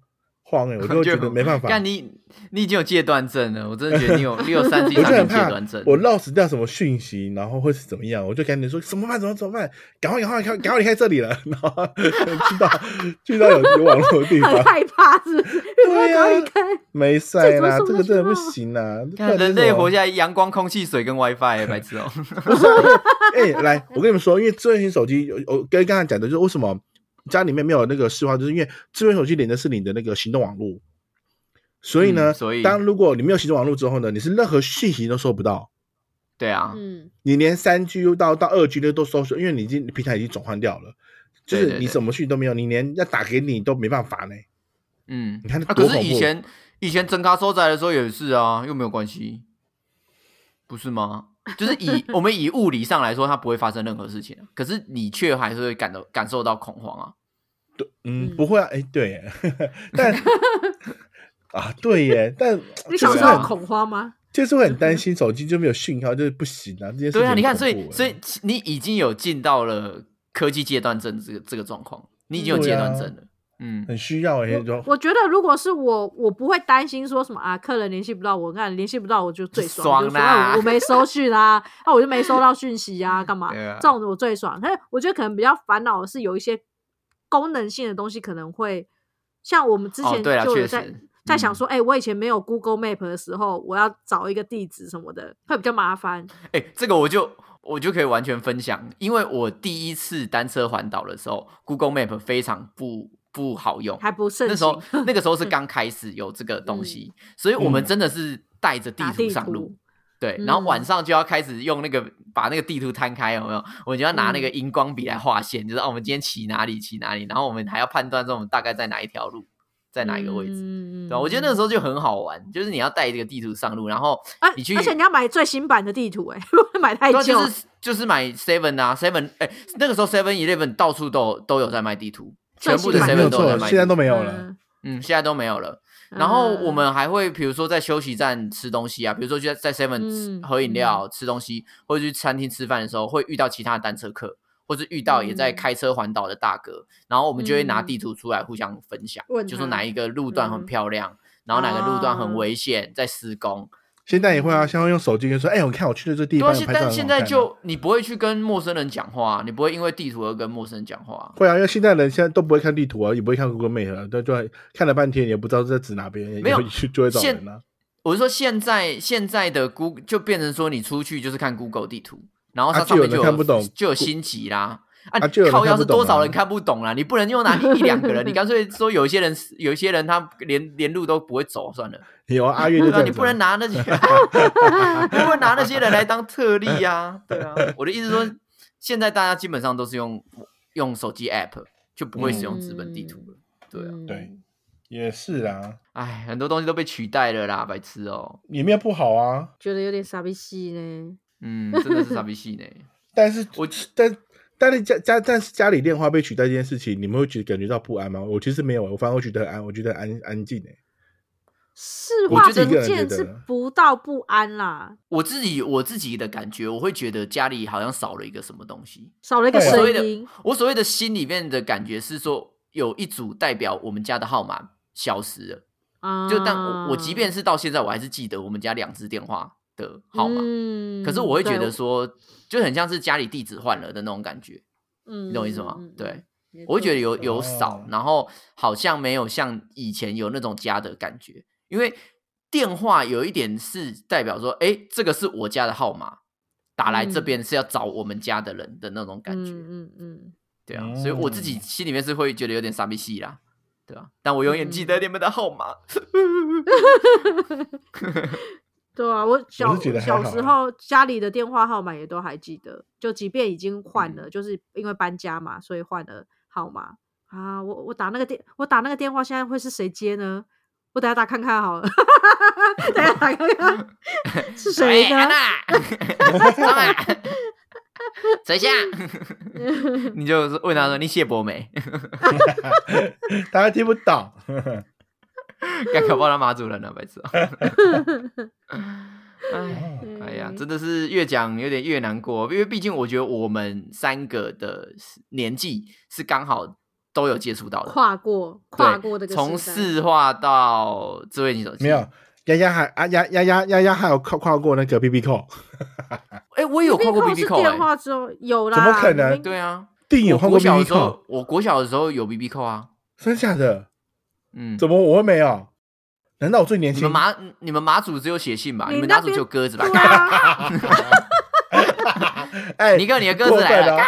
慌哎、欸，我就觉得没办法。 干你，你已经有戒断症了，我真的觉得你有你有三 C 产品戒断症。 我 lost 掉什么讯息，然后会是怎么样？我就赶紧说怎么办？怎么怎么办？赶快赶快赶快离开这里了，然后去到去到有有网络的地方， 很害怕是不是？ 对呀、啊，没赛啦，这个真的不行啊！ 看人类活下来，阳光、空气、水跟 WiFi， 白痴哦。 不是、啊，哎、欸，来，我跟你们说，因为智慧型手机，我跟刚才讲的就是为什么家里面没有那个市话，就是因为智慧手机连的是你的那个行动网络。所以呢、嗯， 所以当如果你没有行动网络之后呢，你是任何讯息都收不到。 对啊， 嗯， 你连三 G 到到二 G 的都收，因为你已经平台已经转换掉了，就是你什么讯息都没有，你连要打给你都没办法呢。 嗯， 你看啊，可是以前以前真卡收载的时候也是啊，又没有关系，不是吗？就是以我们以物理上来说，它不会发生任何事情，可是你却还是会感到感受到恐慌啊。 对，嗯，不会啊，哎，对耶，但。啊，对耶，但你小时候恐慌吗？ 就是会很担心手机就没有讯号，就是不行啊，这件事情。 对啊，你看，所以所以你已经有进到了科技戒断症这个这个状况，你已经有戒断症了，啊、嗯， 很需要哎。 我, 我觉得如果是我，我不会担心说什么啊，客人联系不到我，看联系不到我就最爽， 爽啦、 啊，我没收讯啊，啊，我就没收到讯息啊，干嘛？啊、这种我最爽。但是我觉得可能比较烦恼的是有一些功能性的东西可能会，像我们之前就有在。哦在想说，哎、欸，我以前没有 Google Map 的时候，我要找一个地址什么的，会比较麻烦。 哎、欸，这个我就我就可以完全分享，因为我第一次单车环岛的时候 ，Google Map 非常不不好用， 还不盛行。 那时候那个时候是刚开始有这个东西，嗯、所以我们真的是带着地图上路。对，然后晚上就要开始用那个把那个地图摊开，有没有？我就要拿那个荧光笔来画线，嗯、就是、啊、我们今天骑哪里骑哪里，然后我们还要判断说我们大概在哪一条路。在哪一个位置、嗯、对吧？我觉得那个时候就很好玩，就是你要带这个地图上路，然后你去、 啊、而且你要买最新版的地图哎、欸，买太旧就是就是买 seven 啊 seven 哎、欸，那个时候 seven eleven 到处都有都有在卖地图，全部的 seven 都有在卖地图， 现在都没有了， 嗯，现在都没有了。然后我们还会比如说在休息站吃东西啊，比如说就在 seven 喝饮料、嗯、吃东西，或者去餐厅吃饭的时候，会遇到其他的单车客。或是遇到也在开车环岛的大哥、嗯，然后我们就会拿地图出来互相分享，嗯、就说哪一个路段很漂亮，嗯、然后哪个路段很危险，在施工。 现在也会啊，现在用手机跟说，哎、欸，我看我去的这地方， 对，但现在就你不会去跟陌生人讲话、啊，你不会因为地图而跟陌生人讲话、啊。 会啊，因为现在人现在都不会看地图啊，也不会看 Google Map 啊，都就看了半天也不知道在指哪边， 没有就会找人啊。 我是说现在现在的 Google 就变成说你出去就是看 Google 地图，然后它上面就有、啊、 就有人看不懂， 就有星级啦。啊， 啊靠！要是多少人看不懂啦？你不能用拿一两个人，你干脆说有一些人，有一些人他连连路都不会走，算了。 有啊，阿月就这样子、啊， 你不能拿那些，你不能拿那些人来当特例啊！对啊，我的意思说，现在大家基本上都是用用手机 app， 就不会使用纸本地图了。嗯、对啊， 对，也是啦。 哎，很多东西都被取代了啦，白痴哦、喔。 也没有不好啊， 觉得有点傻逼戏呢。 嗯，真的是傻逼戏呢。 但是我但。但是家家但是家里电话被取代这件事情，你们会觉得感觉到不安吗？我其实没有，我反而会觉得很安，我觉得安安静诶。 市话人见是不到不安啦。 我自己我自己的感觉，我会觉得家里好像少了一个什么东西， 少了一个声音。 我所谓的心里面的感觉是说，有一组代表我们家的号码消失了。啊、就但我我即便是到现在，我还是记得我们家两支电话的号码、嗯，可是我会觉得说，就很像是家里地址换了的那种感觉，嗯，你懂我意思吗？嗯、对，我会觉得有有少、哦，然后好像没有像以前有那种家的感觉，因为电话有一点是代表说，哎，这个是我家的号码，打来这边是要找我们家的人的那种感觉，嗯嗯嗯，对啊，所以我自己心里面是会觉得有点傻逼戏啦，对啊，但我永远记得你们的号码。嗯对啊，我小我小时候家里的电话号码也都还记得，就即便已经换了、嗯，就是因为搬家嘛，所以换了号码啊。我我打那个电，我打那个电话，现在会是谁接呢？我等一下打看看好了，等一下打看看是谁呢？ 谁下？你就问他说：“你谢博没？” 大家听不懂。 该搞不好他马主人了，白痴！哎，哎呀，真的是越讲有点越难过，因为毕竟我觉得我们三个的年纪是刚好都有接触到的， 跨过跨过这个从市话到智慧型手机， 没有。丫丫还啊丫丫丫丫丫还有跨跨过那个 B B Call， 哎，我也有跨过 B B Call， 电话之后有啦， 怎么可能？ 对啊， 电影有跨过 B B Call， 我国小的时候有 B B Call 啊， 真的假的？ 嗯， 怎么我会没有？难道我最年轻？ 你们马你们马祖只有写信吧？你们马祖只有鸽子吧？ 对啊， 哎， 你跟你的鸽子来了，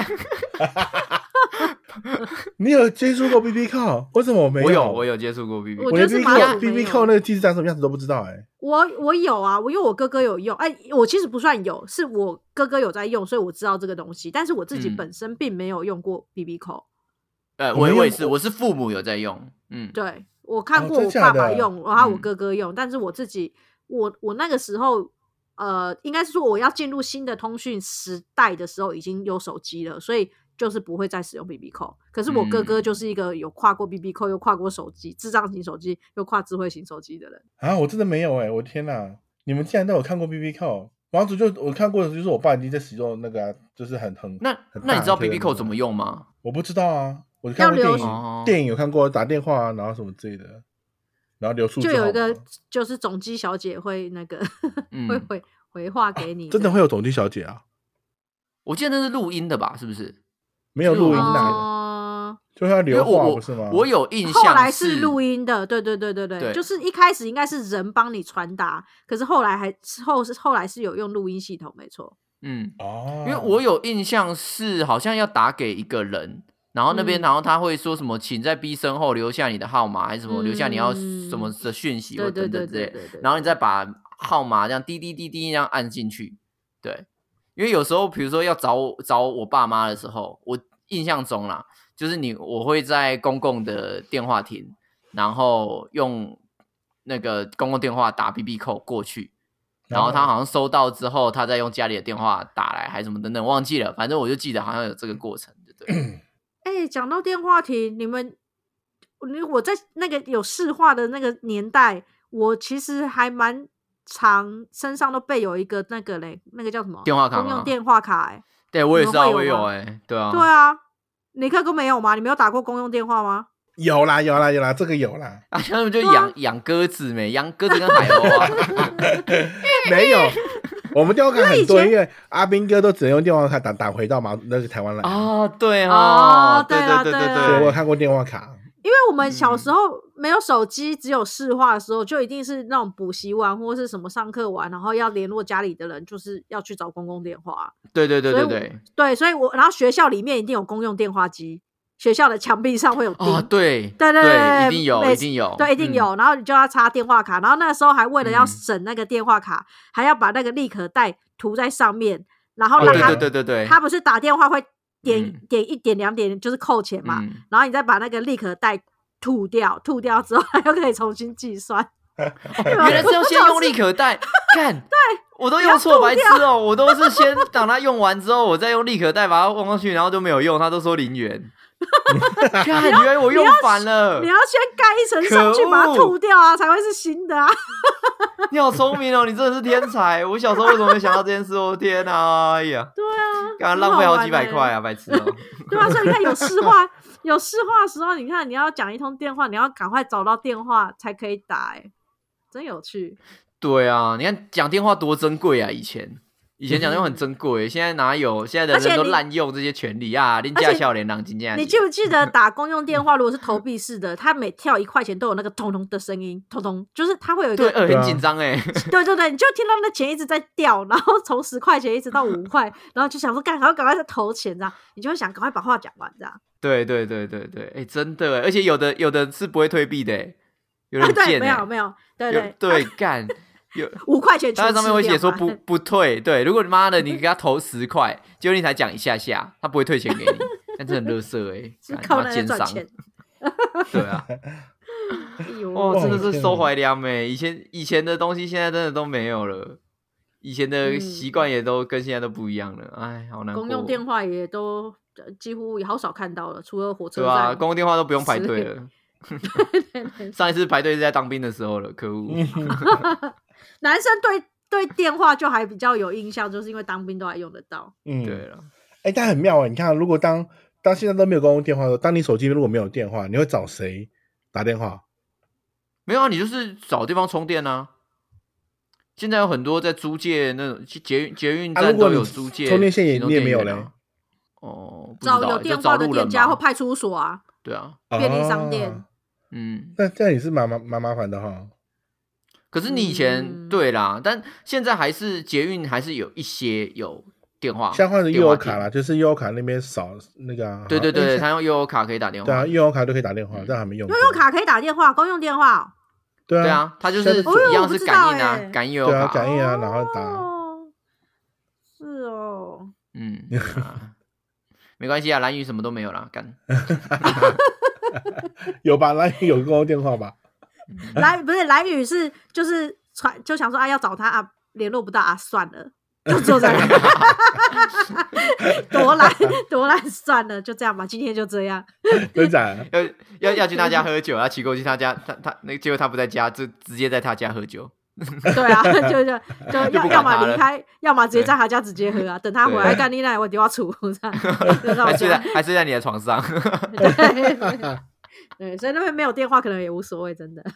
你有接触过 B B Call？ 为什么我没有？ 我有，我有接触过 B B Call。 我觉得是马祖 B B Call 那个机制长什么样子都不知道哎、欸。 我我有啊，我因为我哥哥有用，哎，我其实不算有，是我哥哥有在用，所以我知道这个东西，但是我自己本身并没有用过 B B Call。 呃，我我也是，我是父母有在用，嗯， 对，我看过我爸爸用，然后我哥哥用，但是我自己，我我那个时候，呃，应该是说我要进入新的通讯时代的时候，已经有手机了，所以就是不会再使用 B B Call。可是我哥哥就是一个有跨过 B B Call 又跨过手机，智障型手机又跨智慧型手机的人啊！我真的没有哎、欸，我天哪！你们竟然都有看过 B B Call？ 王子就我看过的就是我爸已经在使用那个、啊，就是很很那那你知道 B B Call 怎么用吗？ 我不知道啊。我看过电影， 哦、 电影有看过打电话、啊，然后什么之类的，然后留数字就有一个就是总机小姐会那个、嗯、会回回话给你、 啊，真的会有总机小姐啊？ 我记得那是录音的吧？是不是？ 没有录音的， 哦、 就是要留话不是吗？ 我有印象， 后来是录音的，对对对对 对, 对， 就是一开始应该是人帮你传达，可是后来还后是后来是有用录音系统，没错。 嗯， 哦， 因为我有印象是好像要打给一个人。然后那边， 嗯、 然后他会说什么，请在 B 声后留下你的号码，还是什么、嗯、留下你要什么的讯息或等等之类，然后你再把号码这样滴滴滴滴这样按进去。对，因为有时候比如说要找我找我爸妈的时候，我印象中啦，就是你我会在公共的电话亭，然后用那个公共电话打 B B Call 过去，然后他好像收到之后，他再用家里的电话打来，还是什么等等，忘记了，反正我就记得好像有这个过程，对不对？ 哎、欸，讲到电话亭，你们，我在那个有市话的那个年代，我其实还蛮常身上都备有一个那个嘞，那个叫什么电话卡， 公用电话卡、欸。哎， 对我也是啊，我也有哎、欸，对啊， 对啊，尼克哥没有吗？你没有打过公用电话吗？ 有啦有啦有啦，这个有啦。 啊，他们就养养、啊、鸽子没，养鸽子跟海鸥啊， 没有。我们电话卡很多，因为阿兵哥都只能用电话卡打打回到马那个台湾来哦，对哦，对对对对对， 所以我有看过电话卡。 因为我们小时候没有手机，只有市话的时候，就一定是那种补习完或是什么上课完，然后要联络家里的人，就是要去找公共电话。 对对对对对， 对，所以我然后学校里面一定有公用电话机。学校的墙壁上会有钉、 哦、对对对对, 对，一定有，一定有， 对，一定有、嗯。然后你就要插电话卡，然后那个时候还为了要省那个电话卡，嗯、还要把那个立可带涂在上面，然后让他， 哦、对对对对， 他不是打电话会点、嗯、点一点两点就是扣钱嘛、 嗯， 然后你再把那个立可带吐掉，吐掉之后又可以重新计算。 原来是要先用立可带，看，对我都用错，白痴哦！我都是先等他用完之后，我再用立可带把它放上去，然后都没有用，他都说零元。看，原来我用反了。 你要先盖一层上去，把它吐掉啊，才会是新的啊。 你好聪明哦，你真的是天才！我小时候为什么没想到这件事？哦天啊，哎呀， 对啊， 刚刚浪费好几百块啊，白痴哦。 对啊，所以你看有市话，有市话的时候，你看你要讲一通电话，你要赶快找到电话才可以打、欸，哎，真有趣。 对啊，你看讲电话多珍贵啊，以前。以前讲电话很珍贵，现在哪有？现在的人都滥用这些权利啊！林家笑脸狼金这样。 你记不记得打公用电话，如果是投币式的，它每跳一块钱都有那个通通的声音，通通就是它会有一个， 对，很紧张哎。 对对对，你就听到那钱一直在掉，然后从十块钱一直到五块，然后就想说，赶快赶快再投钱这样，你就会想赶快把话讲完这样。 对对对对对，哎、欸，真的哎，而且有的有的是不会退币的哎，有人贱、啊、没有没有，对对对干。有五块钱， 他在上面会写说不不退，对，如果你妈的你给他投十块，结果你才讲一下下，他不会退钱给你，但这很垃圾哎、欸， 是靠那个赚钱， 对啊，哇，真的是收怀良哎，以前以前的东西现在真的都没有了，以前的习惯也都跟现在都不一样了，哎、嗯，好难过。 公用电话也都几乎也好少看到了，除了火车站， 对啊，公用电话都不用排队了。上一次排队是在当兵的时候了，可恶。 男生对对电话就还比较有印象，就是因为当兵都还用得到。 嗯， 对了， 哎、欸，但很妙哎、欸，你看，如果当当现在都没有公共电话的时候，当你手机如果没有电话，你会找谁打电话？ 没有啊，你就是找地方充电啊。现在有很多在租借那种捷运捷运站都有租借、 啊、充电线也你也没有嘞。 哦，不知道找有电话的店家或派出所啊。 对啊， 便利商店。 哦、 嗯， 那这样也是蛮蛮蛮麻烦的哈。 可是你以前、 嗯、 对啦，但现在还是捷运还是有一些有电话， 像换成悠游卡啦，就是悠游卡那边扫那个、啊。 对对对，他用悠游卡可以打电话。 对啊，悠游卡都可以打电话，嗯、但还没用。 悠游卡可以打电话，公用电话。 对啊， 对啊，它就是一样是感应啊， 哦、 感应悠游卡。 对啊，感应啊，然后打。 哦，是哦。 嗯、啊，没关系啊，蓝屿什么都没有啦，干。 有吧？蓝屿有公共电话吧？ 蓝不是蓝屿是就是传就想说啊要找他啊联络不到啊算了就就这样，多懒多懒算了就这样吧，今天就这样。 真假？ 要要要去他家喝酒，要骑过去他家，他他那结果他不在家，就直接在他家喝酒。 对啊，就就就要要么离开，要么直接在他家直接喝啊。等他回来干你那我就要出， 还睡在还睡在你的床上。 对, 对，所以那边没有电话可能也无所谓，真的。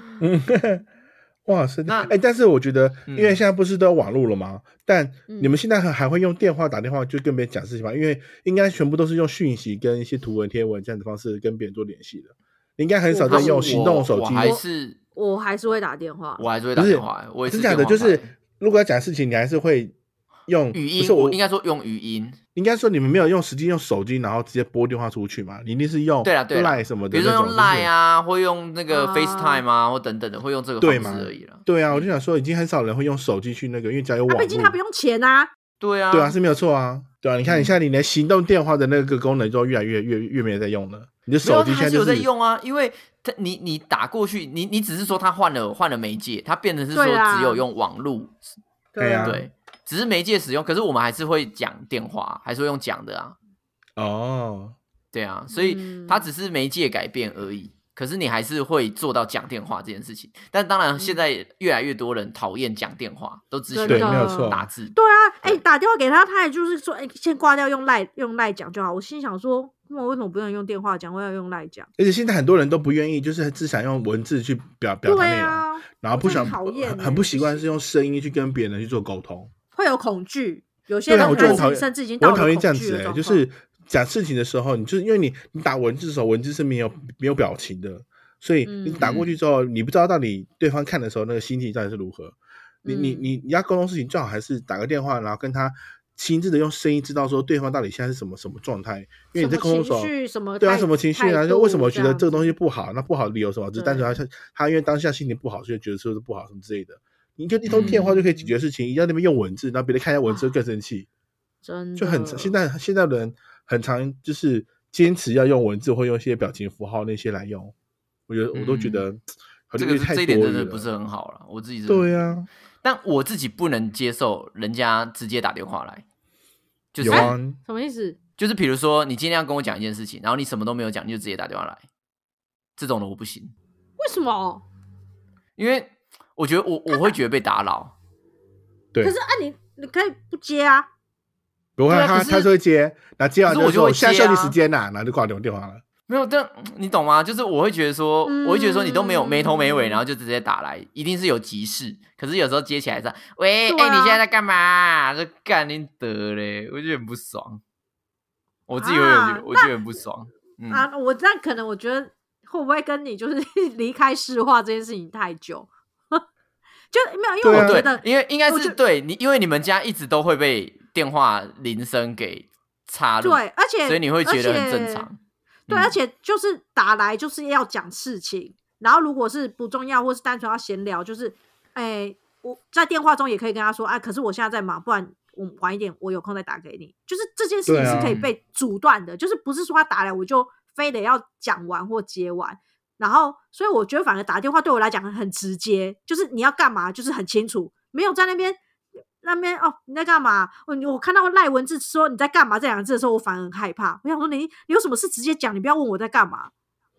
哇，是那哎、欸，但是我觉得，因为现在不是都有网络了吗？嗯、但你们现在还会用电话打电话就跟别人讲事情吗？因为应该全部都是用讯息跟一些图文贴文这样的方式跟别人做联系的，应该很少在用行动手机。 我还是我还是会打电话， 我还是会打电话。我也是真假的，就是如果要讲事情，你还是会用语音。 不是我应该说用语音。 应该说你们没有用实际用手机，然后直接拨电话出去嘛？你一定是用对啦对啦 Line 什么的， 比如说用 Line 啊，或用那个 FaceTime 啊，或等等的，会用这个方式而已啦。 对啊，我就想说，已经很少人会用手机去那个，因为只要有网络， 毕竟他不用钱啊。 对啊， 对啊，是没有错啊。对啊，你看你现在你连行动电话的那个功能都越来越越越没人在用了。你的手机现在、就是、 有在用啊，因为他你你打过去，你你只是说他换了换了媒介，他变成是说只有用网路。 对啊， 对。只是媒介使用，可是我们还是会讲电话，还是会用讲的啊。 哦， 对啊，所以它只是媒介改变而已。嗯、可是你还是会做到讲电话这件事情。但当然，现在越来越多人讨厌讲电话，都只喜欢打字。 对啊，哎、欸，打电话给他，他也就是说，哎、欸，先挂掉，用赖用赖讲就好。我心想说，我为什么不能用电话讲，我要用赖讲？ 而且现在很多人都不愿意，就是只想用文字去表表达内容，啊、然后不想讨厌、欸， 很不习惯是用声音去跟别人去做沟通。 会有恐惧，有些人开始甚至已经到了恐惧的状况。我很讨厌这样子、欸， 就是讲事情的时候，你就是因为你你打文字的时候，文字是没有没有表情的，所以你打过去之后，嗯、你不知道到底对方看的时候那个心情到底是如何。你你你你要沟通事情，最好还是打个电话，然后跟他亲自的用声音知道说对方到底现在是什么什么状态。因为你在沟通的时候，对啊，什么情绪啊，就为什么觉得这个东西不好，那不好的理由什么，只是单纯他他因为当下心情不好，所以觉得说是不好什么之类的。你就一通电话就可以解决事情，一定要那边用文字，然后别人看一下文字更生气， 真的就很现在现在的人很常就是坚持要用文字或用一些表情符号那些来用，我觉得我都觉得、嗯、 这个这一点真的不是很好了，我自己对啊， 但我自己不能接受人家直接打电话来，就是有啊， 什么意思？ 就是比如说你今天要跟我讲一件事情，然后你什么都没有讲，你就直接打电话来，这种的我不行。 为什么？ 因为我觉得我我会觉得被打扰， 对。 可是啊你，你你可以不接啊。 不会，他他会接，那接完我就会接、啊、 现在休息时间呐、啊，然后就挂电话了。 没有，但你懂吗？就是我会觉得说，嗯、我会觉得说你都没有没头没尾，然后就直接打来，一定是有急事。可是有时候接起来是，喂，哎、啊欸，你现在在干嘛？就干你得嘞，我就很不爽。我自己会有，啊、我觉得很不爽。嗯、 啊，我那可能我觉得会不会跟你就是离开市话这件事情太久？就没有，因为我觉得， 啊、因为应该是对你，因为你们家一直都会被电话铃声给插入， 对，而且所以你会觉得很正常。 对、嗯，而且就是打来就是要讲事情，然后如果是不重要或是单纯要闲聊，就是哎，我在电话中也可以跟他说啊，可是我现在在忙，不然我晚一点我有空再打给你。就是这件事情是可以被阻断的，啊、就是不是说他打来我就非得要讲完或接完。然后，所以我觉得反而打电话对我来讲很直接，就是你要干嘛，就是很清楚，没有在那边那边哦你在干嘛？我我看到赖文字说你在干嘛这两个字的时候，我反而很害怕。我想说你你有什么事直接讲，你不要问我在干嘛。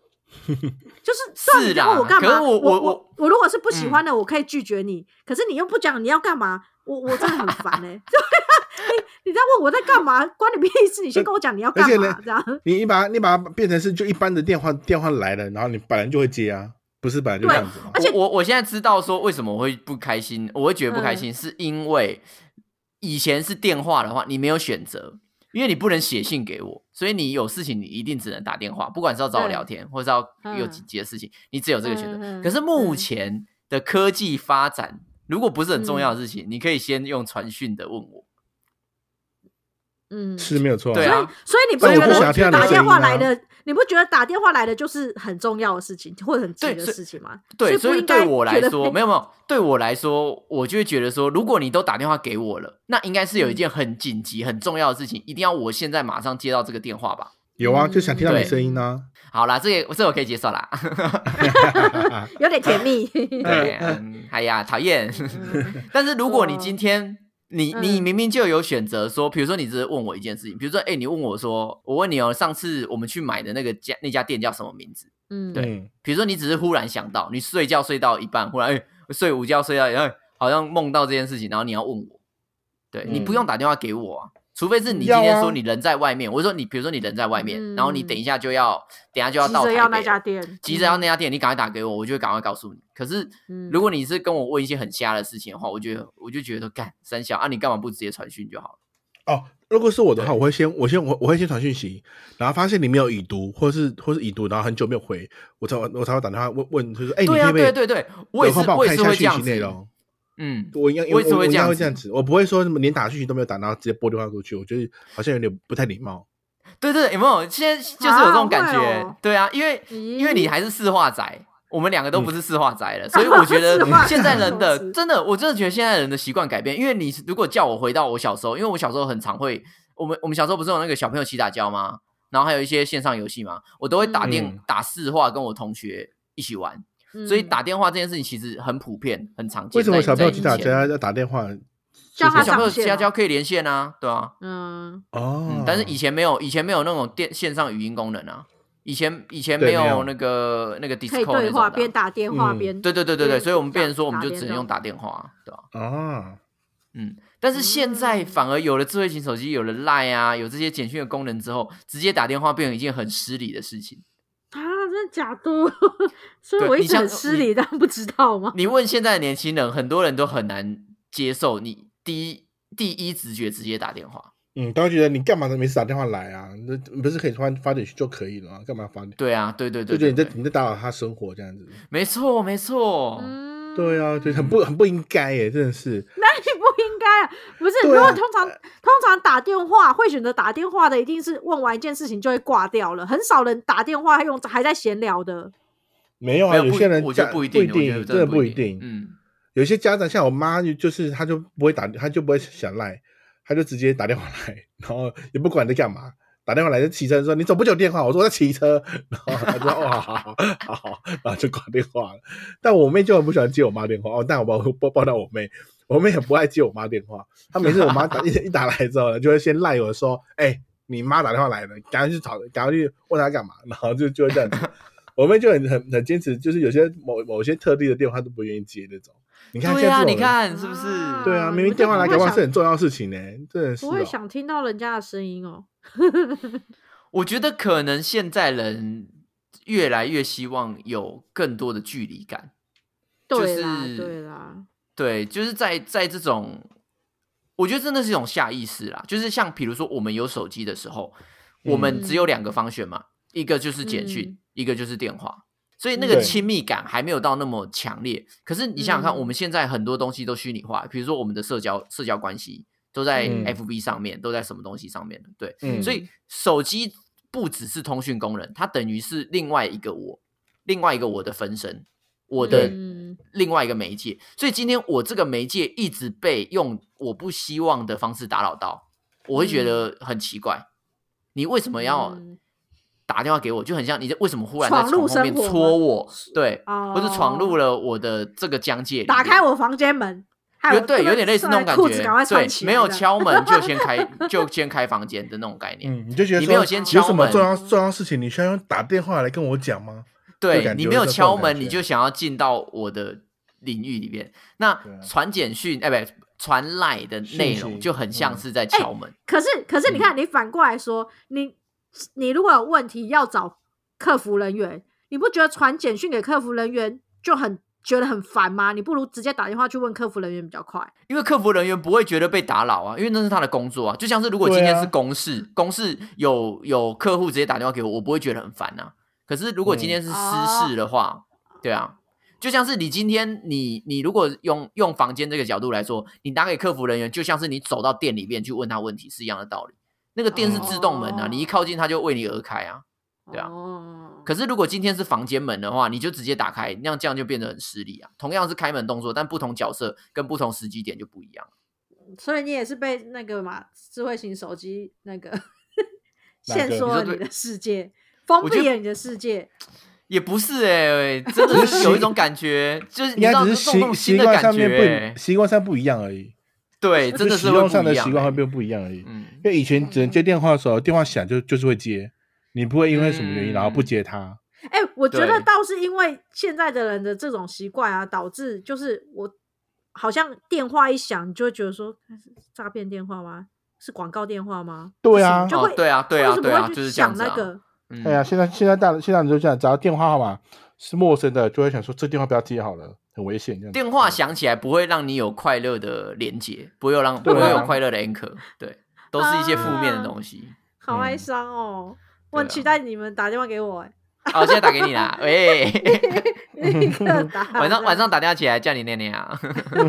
就是是啦， 我干嘛？ 我我我我如果是不喜欢的，嗯、我可以拒绝你。可是你又不讲你要干嘛，我我真的很烦哎、欸。 你在问我在干嘛，关你屁事！你先跟我讲你要干嘛，这样。 你你把它你把它变成是就一般的电话电话来了，然后你本来就会接啊，不是本来就这样子吗？ 而且我我现在知道说为什么我会不开心，我会觉得不开心，嗯、是因为以前是电话的话，你没有选择，因为你不能写信给我，所以你有事情你一定只能打电话，不管是要找我聊天，或是要有紧急的事情，嗯、你只有这个选择。嗯、可是目前的科技发展，如果不是很重要的事情，嗯、你可以先用传讯的问我。 嗯， 是没有错、啊， 对啊， 所以你不觉得打电话来的，你不觉得打电话来的就是很重要的事情，或者很急的事情吗？ 对， 所以对我来说，没有没有，对我来说，我就会觉得说，如果你都打电话给我了，那应该是有一件很紧急、很重要的事情，一定要我现在马上接到这个电话吧？ 有啊，就想听到你声音呢、啊。 好啦，这个这我可以接受啦， 有点甜蜜。 对，嗯、哎呀，讨厌。但是如果你今天。你你明明就有选择说，比如说你只是问我一件事情，比如说，哎、欸，你问我说，我问你哦，上次我们去买的那个家那家店叫什么名字？嗯，对，比如说你只是忽然想到，你睡觉睡到一半，忽然哎、欸、睡午觉睡到，然后好像梦到这件事情，然后你要问我，对、嗯、你不用打电话给我啊，除非是你今天说你人在外面，我说你比如说你人在外面，嗯、然后你等一下就要等一下就要到台北，急着要那家店， 急着要那家店，你赶快打给我，我就会赶快告诉你。可是，如果你是跟我问一些很瞎的事情的话，我觉得我就觉得干三小啊，你干嘛不直接传讯就好了？ 哦，如果是我的话，我会先我先我我会先传讯息，然后发现你没有已读，或是或是已读，然后很久没有回，我才我才会打电话问问，就说哎，欸、 对啊， 你可不可以对对对，我也是我也是会这样子。 嗯，我应该我也是会这样子， 这样子，我不会说什么连打讯息都没有打，然后直接拨电话过去，我觉得好像有点不太礼貌。 对对，有没有？现在就是有这种感觉，啊哦、对啊，因为、嗯、因为你还是市话仔。我们两个都不是市话仔了，嗯、所以我觉得现在人的真的，我真的觉得现在人的习惯改变。因为你如果叫我回到我小时候，因为我小时候很常会，我们我们小时候不是有那个小朋友起打交吗？然后还有一些线上游戏嘛，我都会打电、嗯、打市话跟我同学一起玩，嗯、所以打电话这件事情其实很普遍、很常见。 为什么小朋友起打交要打电话？ 叫他小朋友起打交可以连线啊，对啊， 嗯哦、 嗯，但是以前没有，以前没有那种电线上语音功能啊。以前以前没有那个那个 Discord 那种的、啊， 可以对话边打电话边、 嗯，对对对对对，所以我们变成说我们就只能用打电话，对吧、 啊？啊， 嗯，但是现在反而有了智慧型手机，有了 Line 啊，有这些简讯的功能之后，直接打电话变成一件很失礼的事情啊！真的假的？所以我一直很失礼，但不知道吗？ 你问现在的年轻人，很多人都很难接受你第一第一直觉直接打电话。 嗯，都会觉得你干嘛每次打电话来啊？那不是可以发发简讯就可以了吗？干嘛发？ 对啊，对对对， 就觉得你在你在打扰他生活这样子。 没错，没错。 嗯， 对啊，对，很不很不应该耶，真的是。 那你不应该啊？不是，如果通常、啊、通常打电话会选择打电话的，一定是问完一件事情就会挂掉了，很少人打电话还用还在闲聊的。 没有啊，有些人我觉得不一定， 不一定，真的不一定。 嗯， 有些家长像我妈，就是她就不会打，她就不会想赖。他就直接打电话来，然后也不管你在干嘛，打电话来就骑车说你怎么不接我电话？我说我在骑车，然后他说哦好好好好好，然后就挂电话了。但我妹就很不喜欢接我妈电话哦，但我报报到我妹，我妹很不爱接我妈电话。她每次我妈打一一打来之后呢，就会先赖我说，哎、欸，你妈打电话来了，赶快去找，赶快去问她干嘛，然后就就会这样子。我妹就很很很坚持，就是有些某某些特地的电话都不愿意接那种。你看对啊，你看是不是？ 对啊，明明电话来，搞不好是很重要的事情呢、欸，真的是、哦。 不会想听到人家的声音哦。 我觉得可能现在人越来越希望有更多的距离感， 对啦， 就是、 对啦， 对，就是在在这种，我觉得真的是一种下意识啦。就是像比如说我们有手机的时候，嗯、我们只有两个方选嘛，一个就是简讯，嗯、一个就是电话。所以那个亲密感还没有到那么强烈，可是你想想看，我们现在很多东西都虚拟化，比如说我们的社交社交关系都在 F B 上面，嗯、都在什么东西上面的，对，嗯、所以手机不只是通讯功能，它等于是另外一个我，另外一个我的分身，我的另外一个媒介。所以今天我这个媒介一直被用我不希望的方式打扰到，我会觉得很奇怪，你为什么要？打电话给我，就很像你为什么忽然在床后面戳我，对，或是闯入了我的这个疆界里面， 打开我房间门， 对，有点类似那种感觉，对，没有敲门就先开，就先开房间的那种概念。 嗯，你就觉得你没有先敲门， 有什么重要重要事情，你需要用打电话来跟我讲吗？ 对，你没有敲门，你就想要进到我的领域里面。那传简讯，哎、欸，不， 传来的内容就很像是在敲门。 欸、可是可是你看，你反过来说，嗯、你你如果有问题要找客服人员，你不觉得传简讯给客服人员就很觉得很烦吗？你不如直接打电话去问客服人员比较快。 因为客服人员不会觉得被打扰啊，因为那是他的工作啊。就像是如果今天是公事，啊、公事有有客户直接打电话给我，我不会觉得很烦啊。可是如果今天是私事的话，嗯、对啊，就像是你今天你你如果用用房间这个角度来说，你打给客服人员，就像是你走到店里面去问他问题是一样的道理。那个店是自动门啊，哦、你一靠近他就为你而开啊，对啊。哦、可是如果今天是房间门的话，你就直接打开，那样这样就变得很失礼啊。同样是开门动作，但不同角色跟不同时机点就不一样。 所以你也是被那个嘛智慧型手机那个限缩了你的世界，封闭了你的世界。 也不是哎、欸，真的是有一种感觉，就是你知道， 应该只是习习惯上面不习惯上不一样而已。 对，真的是习惯上的习惯会变不一样而已。嗯，因为以前只能接电话的时候，电话响就就是会接，你不会因为什么原因、嗯、然后不接它。 哎、欸，我觉得倒是因为现在的人的这种习惯啊，导致就是我好像电话一响，你就会觉得说是诈骗电话吗？是广告电话吗？ 对啊， 就会、 哦、对啊，对啊，对啊， 就是想那个。 嗯、 对啊，现在现在大现在人就这样，只要电话号码是陌生的，就会想说这电话不要接好了，很危险。这样电话响起来不会让你有快乐的连结，不会让、啊、不会有快乐的 anchor， 对，都是一些负面的东西。啊、 好哀伤哦，嗯、我很期待你们打电话给我、欸。 好、哦，现在打给你啦，喂， 立刻打， 晚上晚上打电话起来叫你念念啊。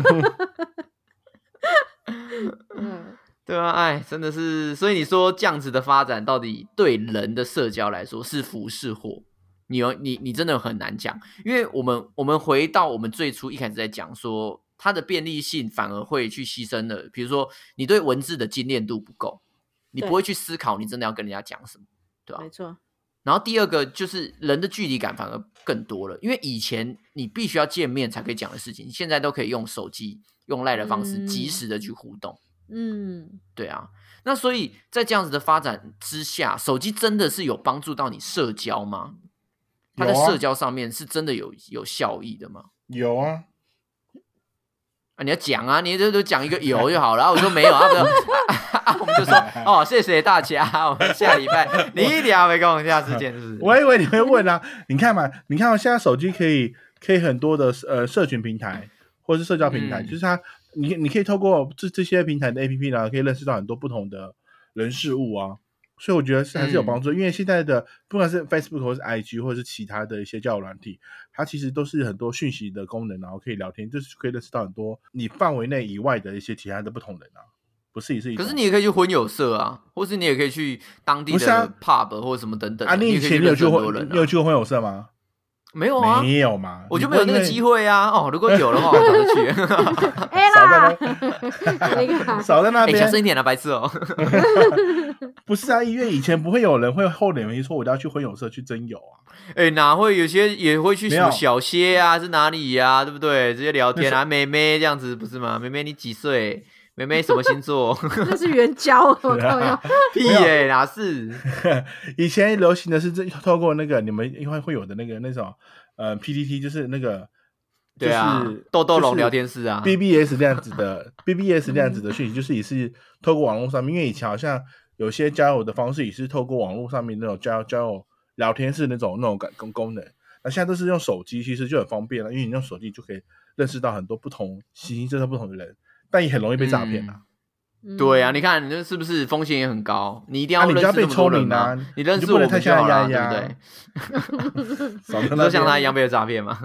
嗯。对啊，哎，真的是，所以你说这样子的发展到底对人的社交来说是福是祸？你有你你真的很难讲，因为我们我们回到我们最初一开始在讲说，它的便利性反而会去牺牲了，比如说你对文字的精炼度不够，你不会去思考你真的要跟人家讲什么，对吧、啊？ 没错。 然后第二个就是人的距离感反而更多了，因为以前你必须要见面才可以讲的事情，现在都可以用手机用 LINE 的方式及时的去互动。嗯，对啊，那所以在这样子的发展之下，手机真的是有帮助到你社交吗？它在社交上面是真的有有效益的吗？ 有啊， 啊你要讲啊，你就就讲一个有就好了。然后我说没有啊，不是、啊啊，我们就说哦，谢谢大家，我们下礼拜你一定要没跟我下次见，是不是？ 我以为你会问啊，你看嘛，你看现在手机可以可以很多的呃社群平台或是社交平台，嗯、就是它。你你可以透过这这些平台的 A P P 呢，可以认识到很多不同的人事物啊，所以我觉得是还是有帮助。嗯、因为现在的不管是 Facebook 或是 I G 或者是其他的一些交友软体，它其实都是很多讯息的功能，然后可以聊天，就是可以认识到很多你范围内以外的一些其他的不同人啊，不是一是一。 可是你也可以去婚友社啊，或是你也可以去当地的 pub 或者什么等等。 啊，你以前你有去过你有去过婚友社吗？ 没有啊， 没有嘛， 我就没有那个机会啊。哦，如果有的话，我早就去。 哎啦， 少在那边， 小声一点啊，白痴哦。 不是啊，因为以前不会有人会厚脸皮说我要去婚友社去征友啊。 哎，哪会有些也会去什么小歇啊，是哪里呀、啊？对不对？直接聊天啊，妹妹这样子不是吗？妹妹你几岁？妹妹什么星座？ 那是援交，我靠呀！ 屁耶、欸，哪是？ 以前流行的是透过那个你们因为会有的那个那种呃 P T T， 就是那个对啊，豆豆龙聊天室啊 ，B B S 那样子的 B B S 那样子的讯息，就是也是透过网络上面，因为以前好像有些交友的方式也是透过网络上面那种交交友聊天室那种那种功功能，那现在都是用手机，其实就很方便了，因为你用手机就可以认识到很多不同形形色色不同的人。但也很容易被诈骗啊、 嗯！对啊，你看你这是不是风险也很高？你一定要认识这么多人吗？ 啊、 你, 你认识我们就好了，对不对？ 你说像他一样被诈骗吗？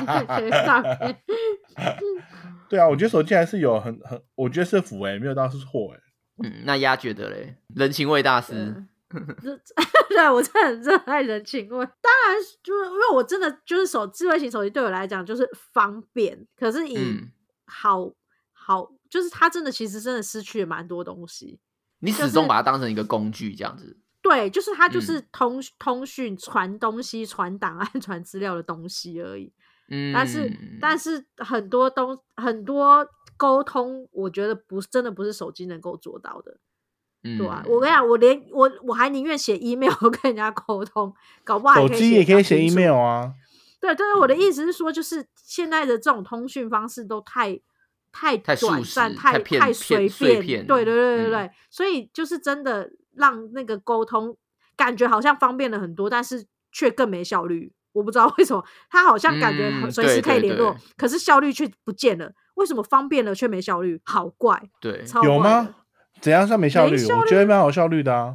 对啊，我觉得手机还是有很很，我觉得是福哎、欸，没有到是祸哎、 欸。嗯，那鸭觉得嘞，人情味大师。 对，我真的很热爱人情味。当然，就是因为我真的就是手智慧型手机对我来讲就是方便，可是以、嗯好好，就是它真的其实真的失去了蛮多东西。 你始终把它当成一个工具这样子。 就是、对，就是它就是通、嗯、通讯传东西、传档案、传资料的东西而已。嗯，但是但是很多东很多沟通，我觉得不真的不是手机能够做到的。嗯、对啊，我跟你讲，我连我我还宁愿写 email 跟人家沟通，搞不好还可以手机也可以写 email 啊。 对对，我的意思是说，就是现在的这种通讯方式都太太太速短暂， 食太太片太随片碎便， 片对对对对对， 嗯所以就是真的让那个沟通感觉好像方便了很多，但是却更没效率。我不知道为什么，他好像感觉嗯随时可以联络， 对对对可是效率却不见了。为什么方便了却没效率？好怪， 对， 超怪的有吗？怎样算没效率？ 没效率我觉得蛮有效率的啊。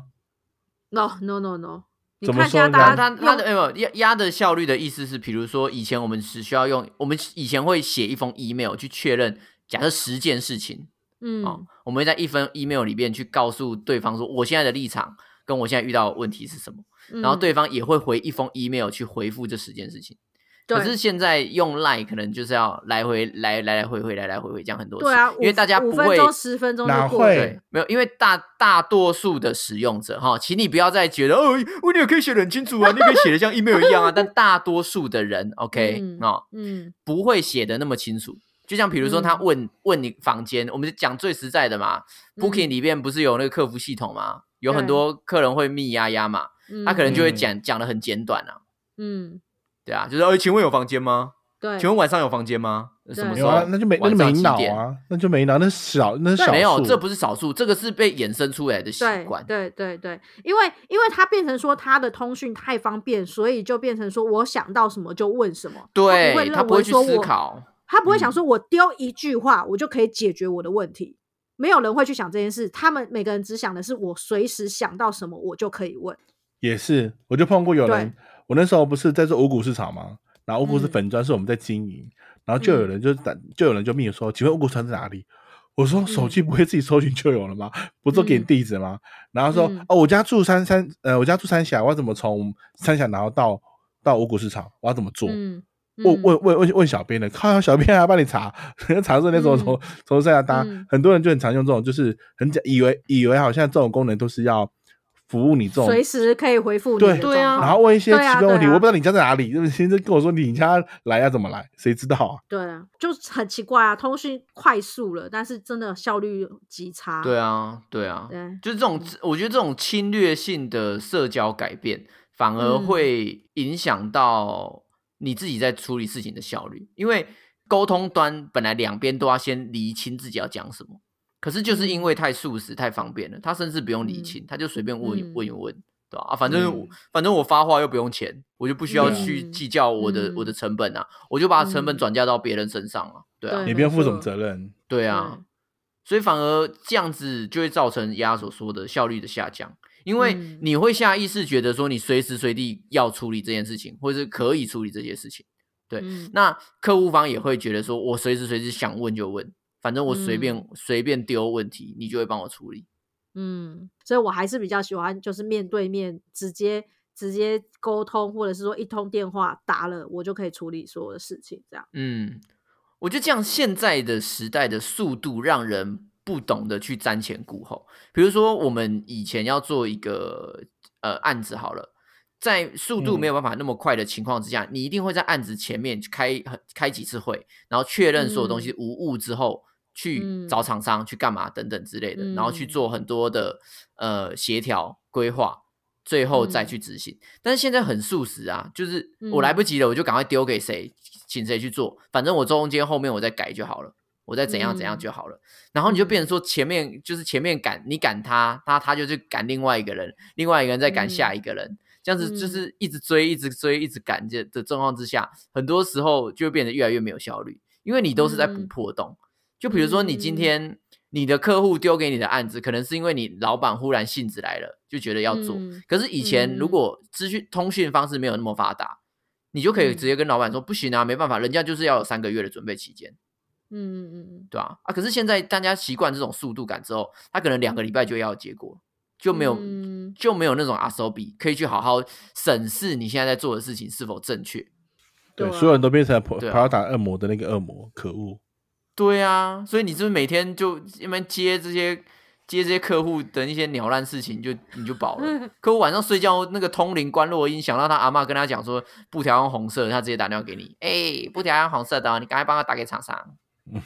？No No No No，你怎么看现在说大家他他他的用没有压压的效率的意思是，比如说以前我们只需要用，我们以前会写一封 email 去确认，假设十件事情， 嗯、 哦，我们会在一封 email 里面去告诉对方说，我现在的立场跟我现在遇到的问题是什么， 嗯然后对方也会回一封 email 去回复这十件事情。 对可是现在用 Line 可能就是要来回来来来回回来来回回这样很多次， 对啊， 因为大家不会五分钟十分钟就哪过了， 会对，没有，因为大大多数的使用者哈，请你不要再觉得哦，你也可以写得很清楚啊，你也可以写得像 email 一样啊。但大多数的人 ，OK 嗯哦， 嗯不会写得那么清楚。就像比如说，他问、嗯、问你房间，我们讲最实在的嘛、嗯、，Booking 里面不是有那个客服系统嘛，有很多客人会密压压嘛，他可能就会讲讲得很简短啊， 嗯， 对啊，就是哎，请问有房间吗？ 对， 请问晚上有房间吗？什么时候？ 啊、那就没那就没脑啊，那就没脑，那是少那是少数， 没有，这不是少数，这个是被衍生出来的习惯。 对对对对，因为因为它变成说它的通讯太方便，所以就变成说我想到什么就问什么， 对， 他不会去思考， 他不会想说我丢一句话、嗯、我就可以解决我的问题，没有人会去想这件事，他们每个人只想的是我随时想到什么我就可以问。 也是，我就碰过有人，我那时候不是在做五股市场吗？然后五股是粉专，是我们在经营、嗯，然后就有人就、嗯、就有人就密说，请问五股团在哪里？我说手机不会自己搜寻就有了吗？嗯、不是都给你地址吗？嗯、然后说、嗯、哦，我家住三三呃，我家住三峡，我要怎么从三峡然后到到五股市场？我要怎么做？嗯嗯、问问问问问小编的，靠，小编还要帮你查，查说那种从从三峡搭、嗯，很多人就很常用这种，就是很假，以为以为好像这种功能都是要服务你这种随时可以回复你的， 对啊， 然后问一些奇怪问题、啊啊，我不知道你家在哪里，就是先跟我说你家来要怎么来，谁知道啊？ 对啊，就很奇怪啊，通讯快速了，但是真的效率极差。 对啊，对啊， 对， 就是这种，我觉得这种侵略性的社交改变，反而会影响到你自己在处理事情的效率，因为沟通端本来两边都要先厘清自己要讲什么。可是就是因为太速食、嗯、太方便了，他甚至不用理清、嗯，他就随便问、嗯、问一问，对吧、啊？反正、嗯、反正我发话又不用钱，我就不需要去计较我的、嗯、我的成本啊，我就把成本转嫁到别人身上了，对啊， 你不用负什么责任， 对啊，所以反而这样子就会造成丫所说的效率的下降，因为你会下意识觉得说你随时随地要处理这件事情，或者是可以处理这些事情，对，嗯、那客户方也会觉得说我随时随地想问就问。反正我随便随、嗯、便丢问题，你就会帮我处理。 嗯，所以我还是比较喜欢就是面对面直接直接沟通，或者是说一通电话打了，我就可以处理所有的事情。这样， 嗯，我觉得这样现在的时代的速度让人不懂得去瞻前顾后。比如说，我们以前要做一个呃案子好了。在速度没有办法那么快的情况之下、嗯、你一定会在案子前面开开几次会，然后确认所有东西无误之后、嗯、去找厂商、嗯、去干嘛等等之类的、嗯、然后去做很多的呃协调规划，最后再去执行、嗯、但是现在很速食啊，就是我来不及了我就赶快丢给谁请谁去做，反正我中间后面我再改就好了，我再怎样怎样就好了、嗯、然后你就变成说前面就是前面赶你赶他他他就去赶另外一个人，另外一个人再赶下一个人、嗯，这样子就是一直追一直追一直赶的状况之下，很多时候就会变得越来越没有效率，因为你都是在补破洞、嗯、就比如说你今天你的客户丢给你的案子，可能是因为你老板忽然兴致来了就觉得要做、嗯、可是以前如果资讯通讯方式没有那么发达，你就可以直接跟老板说、嗯、不行啊，没办法，人家就是要有三个月的准备期间，嗯嗯嗯，对啊，啊可是现在大家习惯这种速度感之后，他可能两个礼拜就要有结果，就没有、嗯、就没有那种阿手比可以去好好审视你现在在做的事情是否正确。 对，所有人都变成跑跑打恶魔的那个恶魔，可恶。 对啊，所以你是不是每天就一边接这些接这些客户的一些鸟烂事情，就你就饱了。客户晚上睡觉那个通灵关落音，想到他阿嬷跟他讲说布条用红色，他直接打电话给你，哎、欸，布条用红色的，你赶快帮他打给厂商。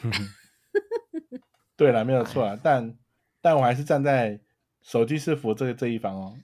对啦，没有错啦，但但我还是站在手机是服这个这一方哦。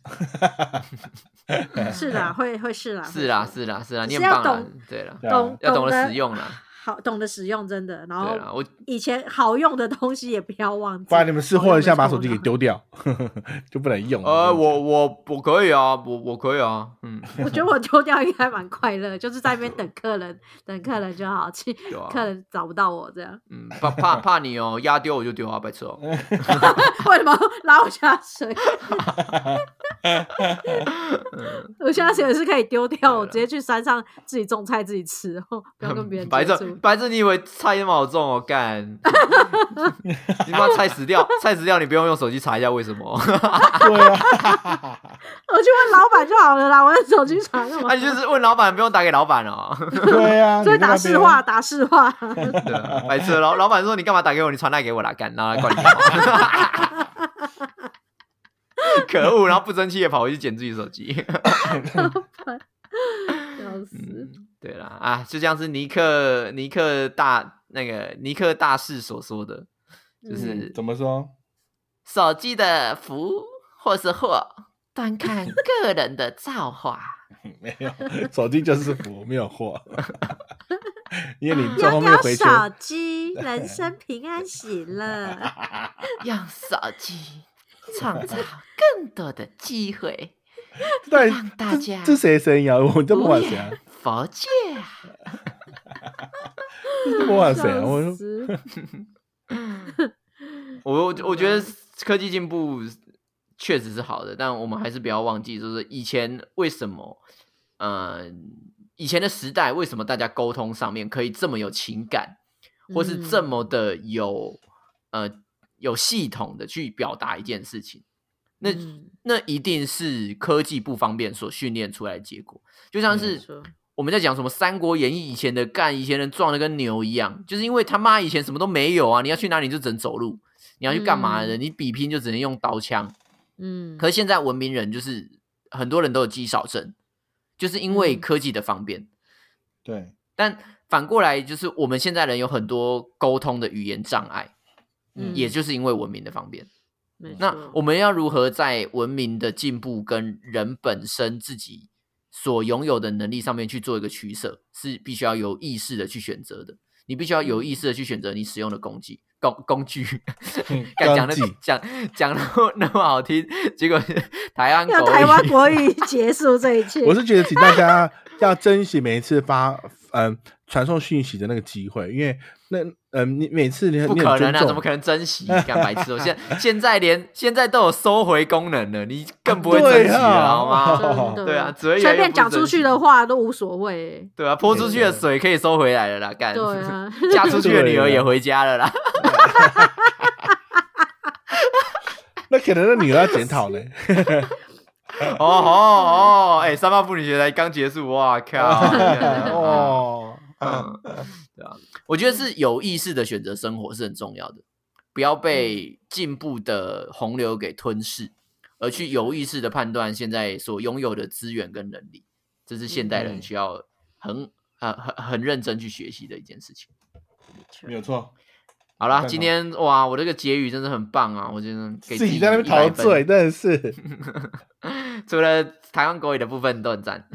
是啦，会会是啦， 是啦是啦是啦，你很棒啦，对啦， 懂要懂得使用啦。 好懂得使用，真的。然对啊， 后我以前好用的东西也不要忘记， 不然你们试货一下把手机给好用的丢掉，就不能用了。 呃，我我我可以啊，我我可以啊，嗯， 我觉得我丢掉应该蛮快乐，就是在那边等客人，等客人就好，去啊客人找不到我这样。 嗯，怕怕怕你哦，压丢我就丢啊，白痴哦。 为什么拉我下水？我下水是可以丢掉，我直接去山上自己种菜自己吃，哦，不要跟别人白接触。 痴白痴，你以为菜那么好种哦？干，你把菜死掉，菜死掉，你不用用手机查一下为什么？ 对啊， 我去问老板就好了啦，我用手机查干嘛？ 那你就是问老板，不用打给老板哦。 对啊， 所以打市话，打市话。 对啊，白痴，老老板说你干嘛打给我？你传赖给我啦，干，然后来管你干嘛。可恶，然后不争气也跑回去捡自己手机。 笑死、 嗯！对啦，啊，就像是尼克尼克大那个尼克大师所说的，就是、 嗯、怎么说？ 手机的福或是祸，端看个人的造化。 没有，手机就是福，没有祸。因为你最后拥有面回圈， 手机，人生平安喜乐。 用手机创造更多的机会，让大家这谁的声音啊？我这模仿谁啊？ 佛界啊！ 这模仿谁啊？我我我觉得科技进步确实是好的，但我们还是不要忘记，就是以前为什么，呃，以前的时代为什么大家沟通上面可以这么有情感，或是这么的有、嗯、呃有系统的去表达一件事情，那、嗯、那一定是科技不方便所训练出来的结果。就像是我们在讲什么《三国演义》以前的干，以前人壮的跟牛一样，就是因为他妈以前什么都没有啊，你要去哪里就只能走路，你要去干嘛的、嗯、你比拼就只能用刀枪。嗯，可是现在文明人就是很多人都有肌少症，就是因为科技的方便。嗯、 对， 但反过来就是我们现在人有很多沟通的语言障碍，嗯、也就是因为文明的方便。那我们要如何在文明的进步跟人本身自己所拥有的能力上面去做一个取舍，是必须要有意识的去选择的。你必须要有意识的去选择你使用的工具。工工具，讲的讲讲的那么好听，结果台湾用台湾国语结束这一切。 我是觉得，请大家要珍惜每一次发嗯传送讯息的那个机会，因为那嗯你每次你不可能啊，怎么可能珍惜？干白痴！我现在现在连现在都有收回功能了，你更不会珍惜了，啊、好吗？对啊，只会随便讲出去的话都无所谓。 对啊，泼出去的水可以收回来了啦，干。 对啊， 嫁出去的女儿也回家了啦。 那可能那女儿要检讨嘞。 哦哦哦！哎、欸，三八妇女节才刚结束，哇靠！哦，嗯，对啊，我觉得是有意识的选择生活是很重要的，不要被进步的洪流给吞噬，而去有意识的判断现在所拥有的资源跟能力，这是现代人需要很呃很很认真去学习的一件事情。 没有错。 好啦，今天哇，我这个结语真的很棒啊！我觉得给自己在那边陶醉，真的是。 除了台湾国语的部分都很赞。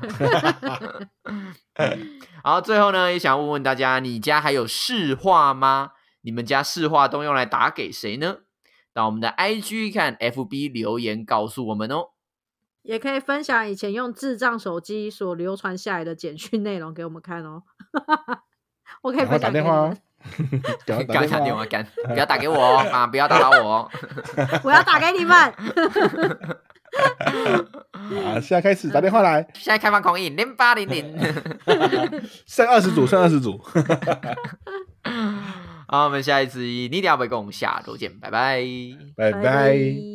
然后最后呢，也想问问大家，你家还有市话吗？你们家市话都用来打给谁呢？到我们的 I G 看 F B 留言告诉我们哦。 也可以分享以前用智障手机所流传下来的简讯内容给我们看哦。我可以分享给你们。 赶快打电话干，不要打给我哦啊！不要打扰我哦。 我要打给你们。 好，现在开始打电话来。 现在开放空印零八零零， 剩二十组，剩二十组。 好，我们下一次你一定要不跟我们下周见，拜拜， 拜拜。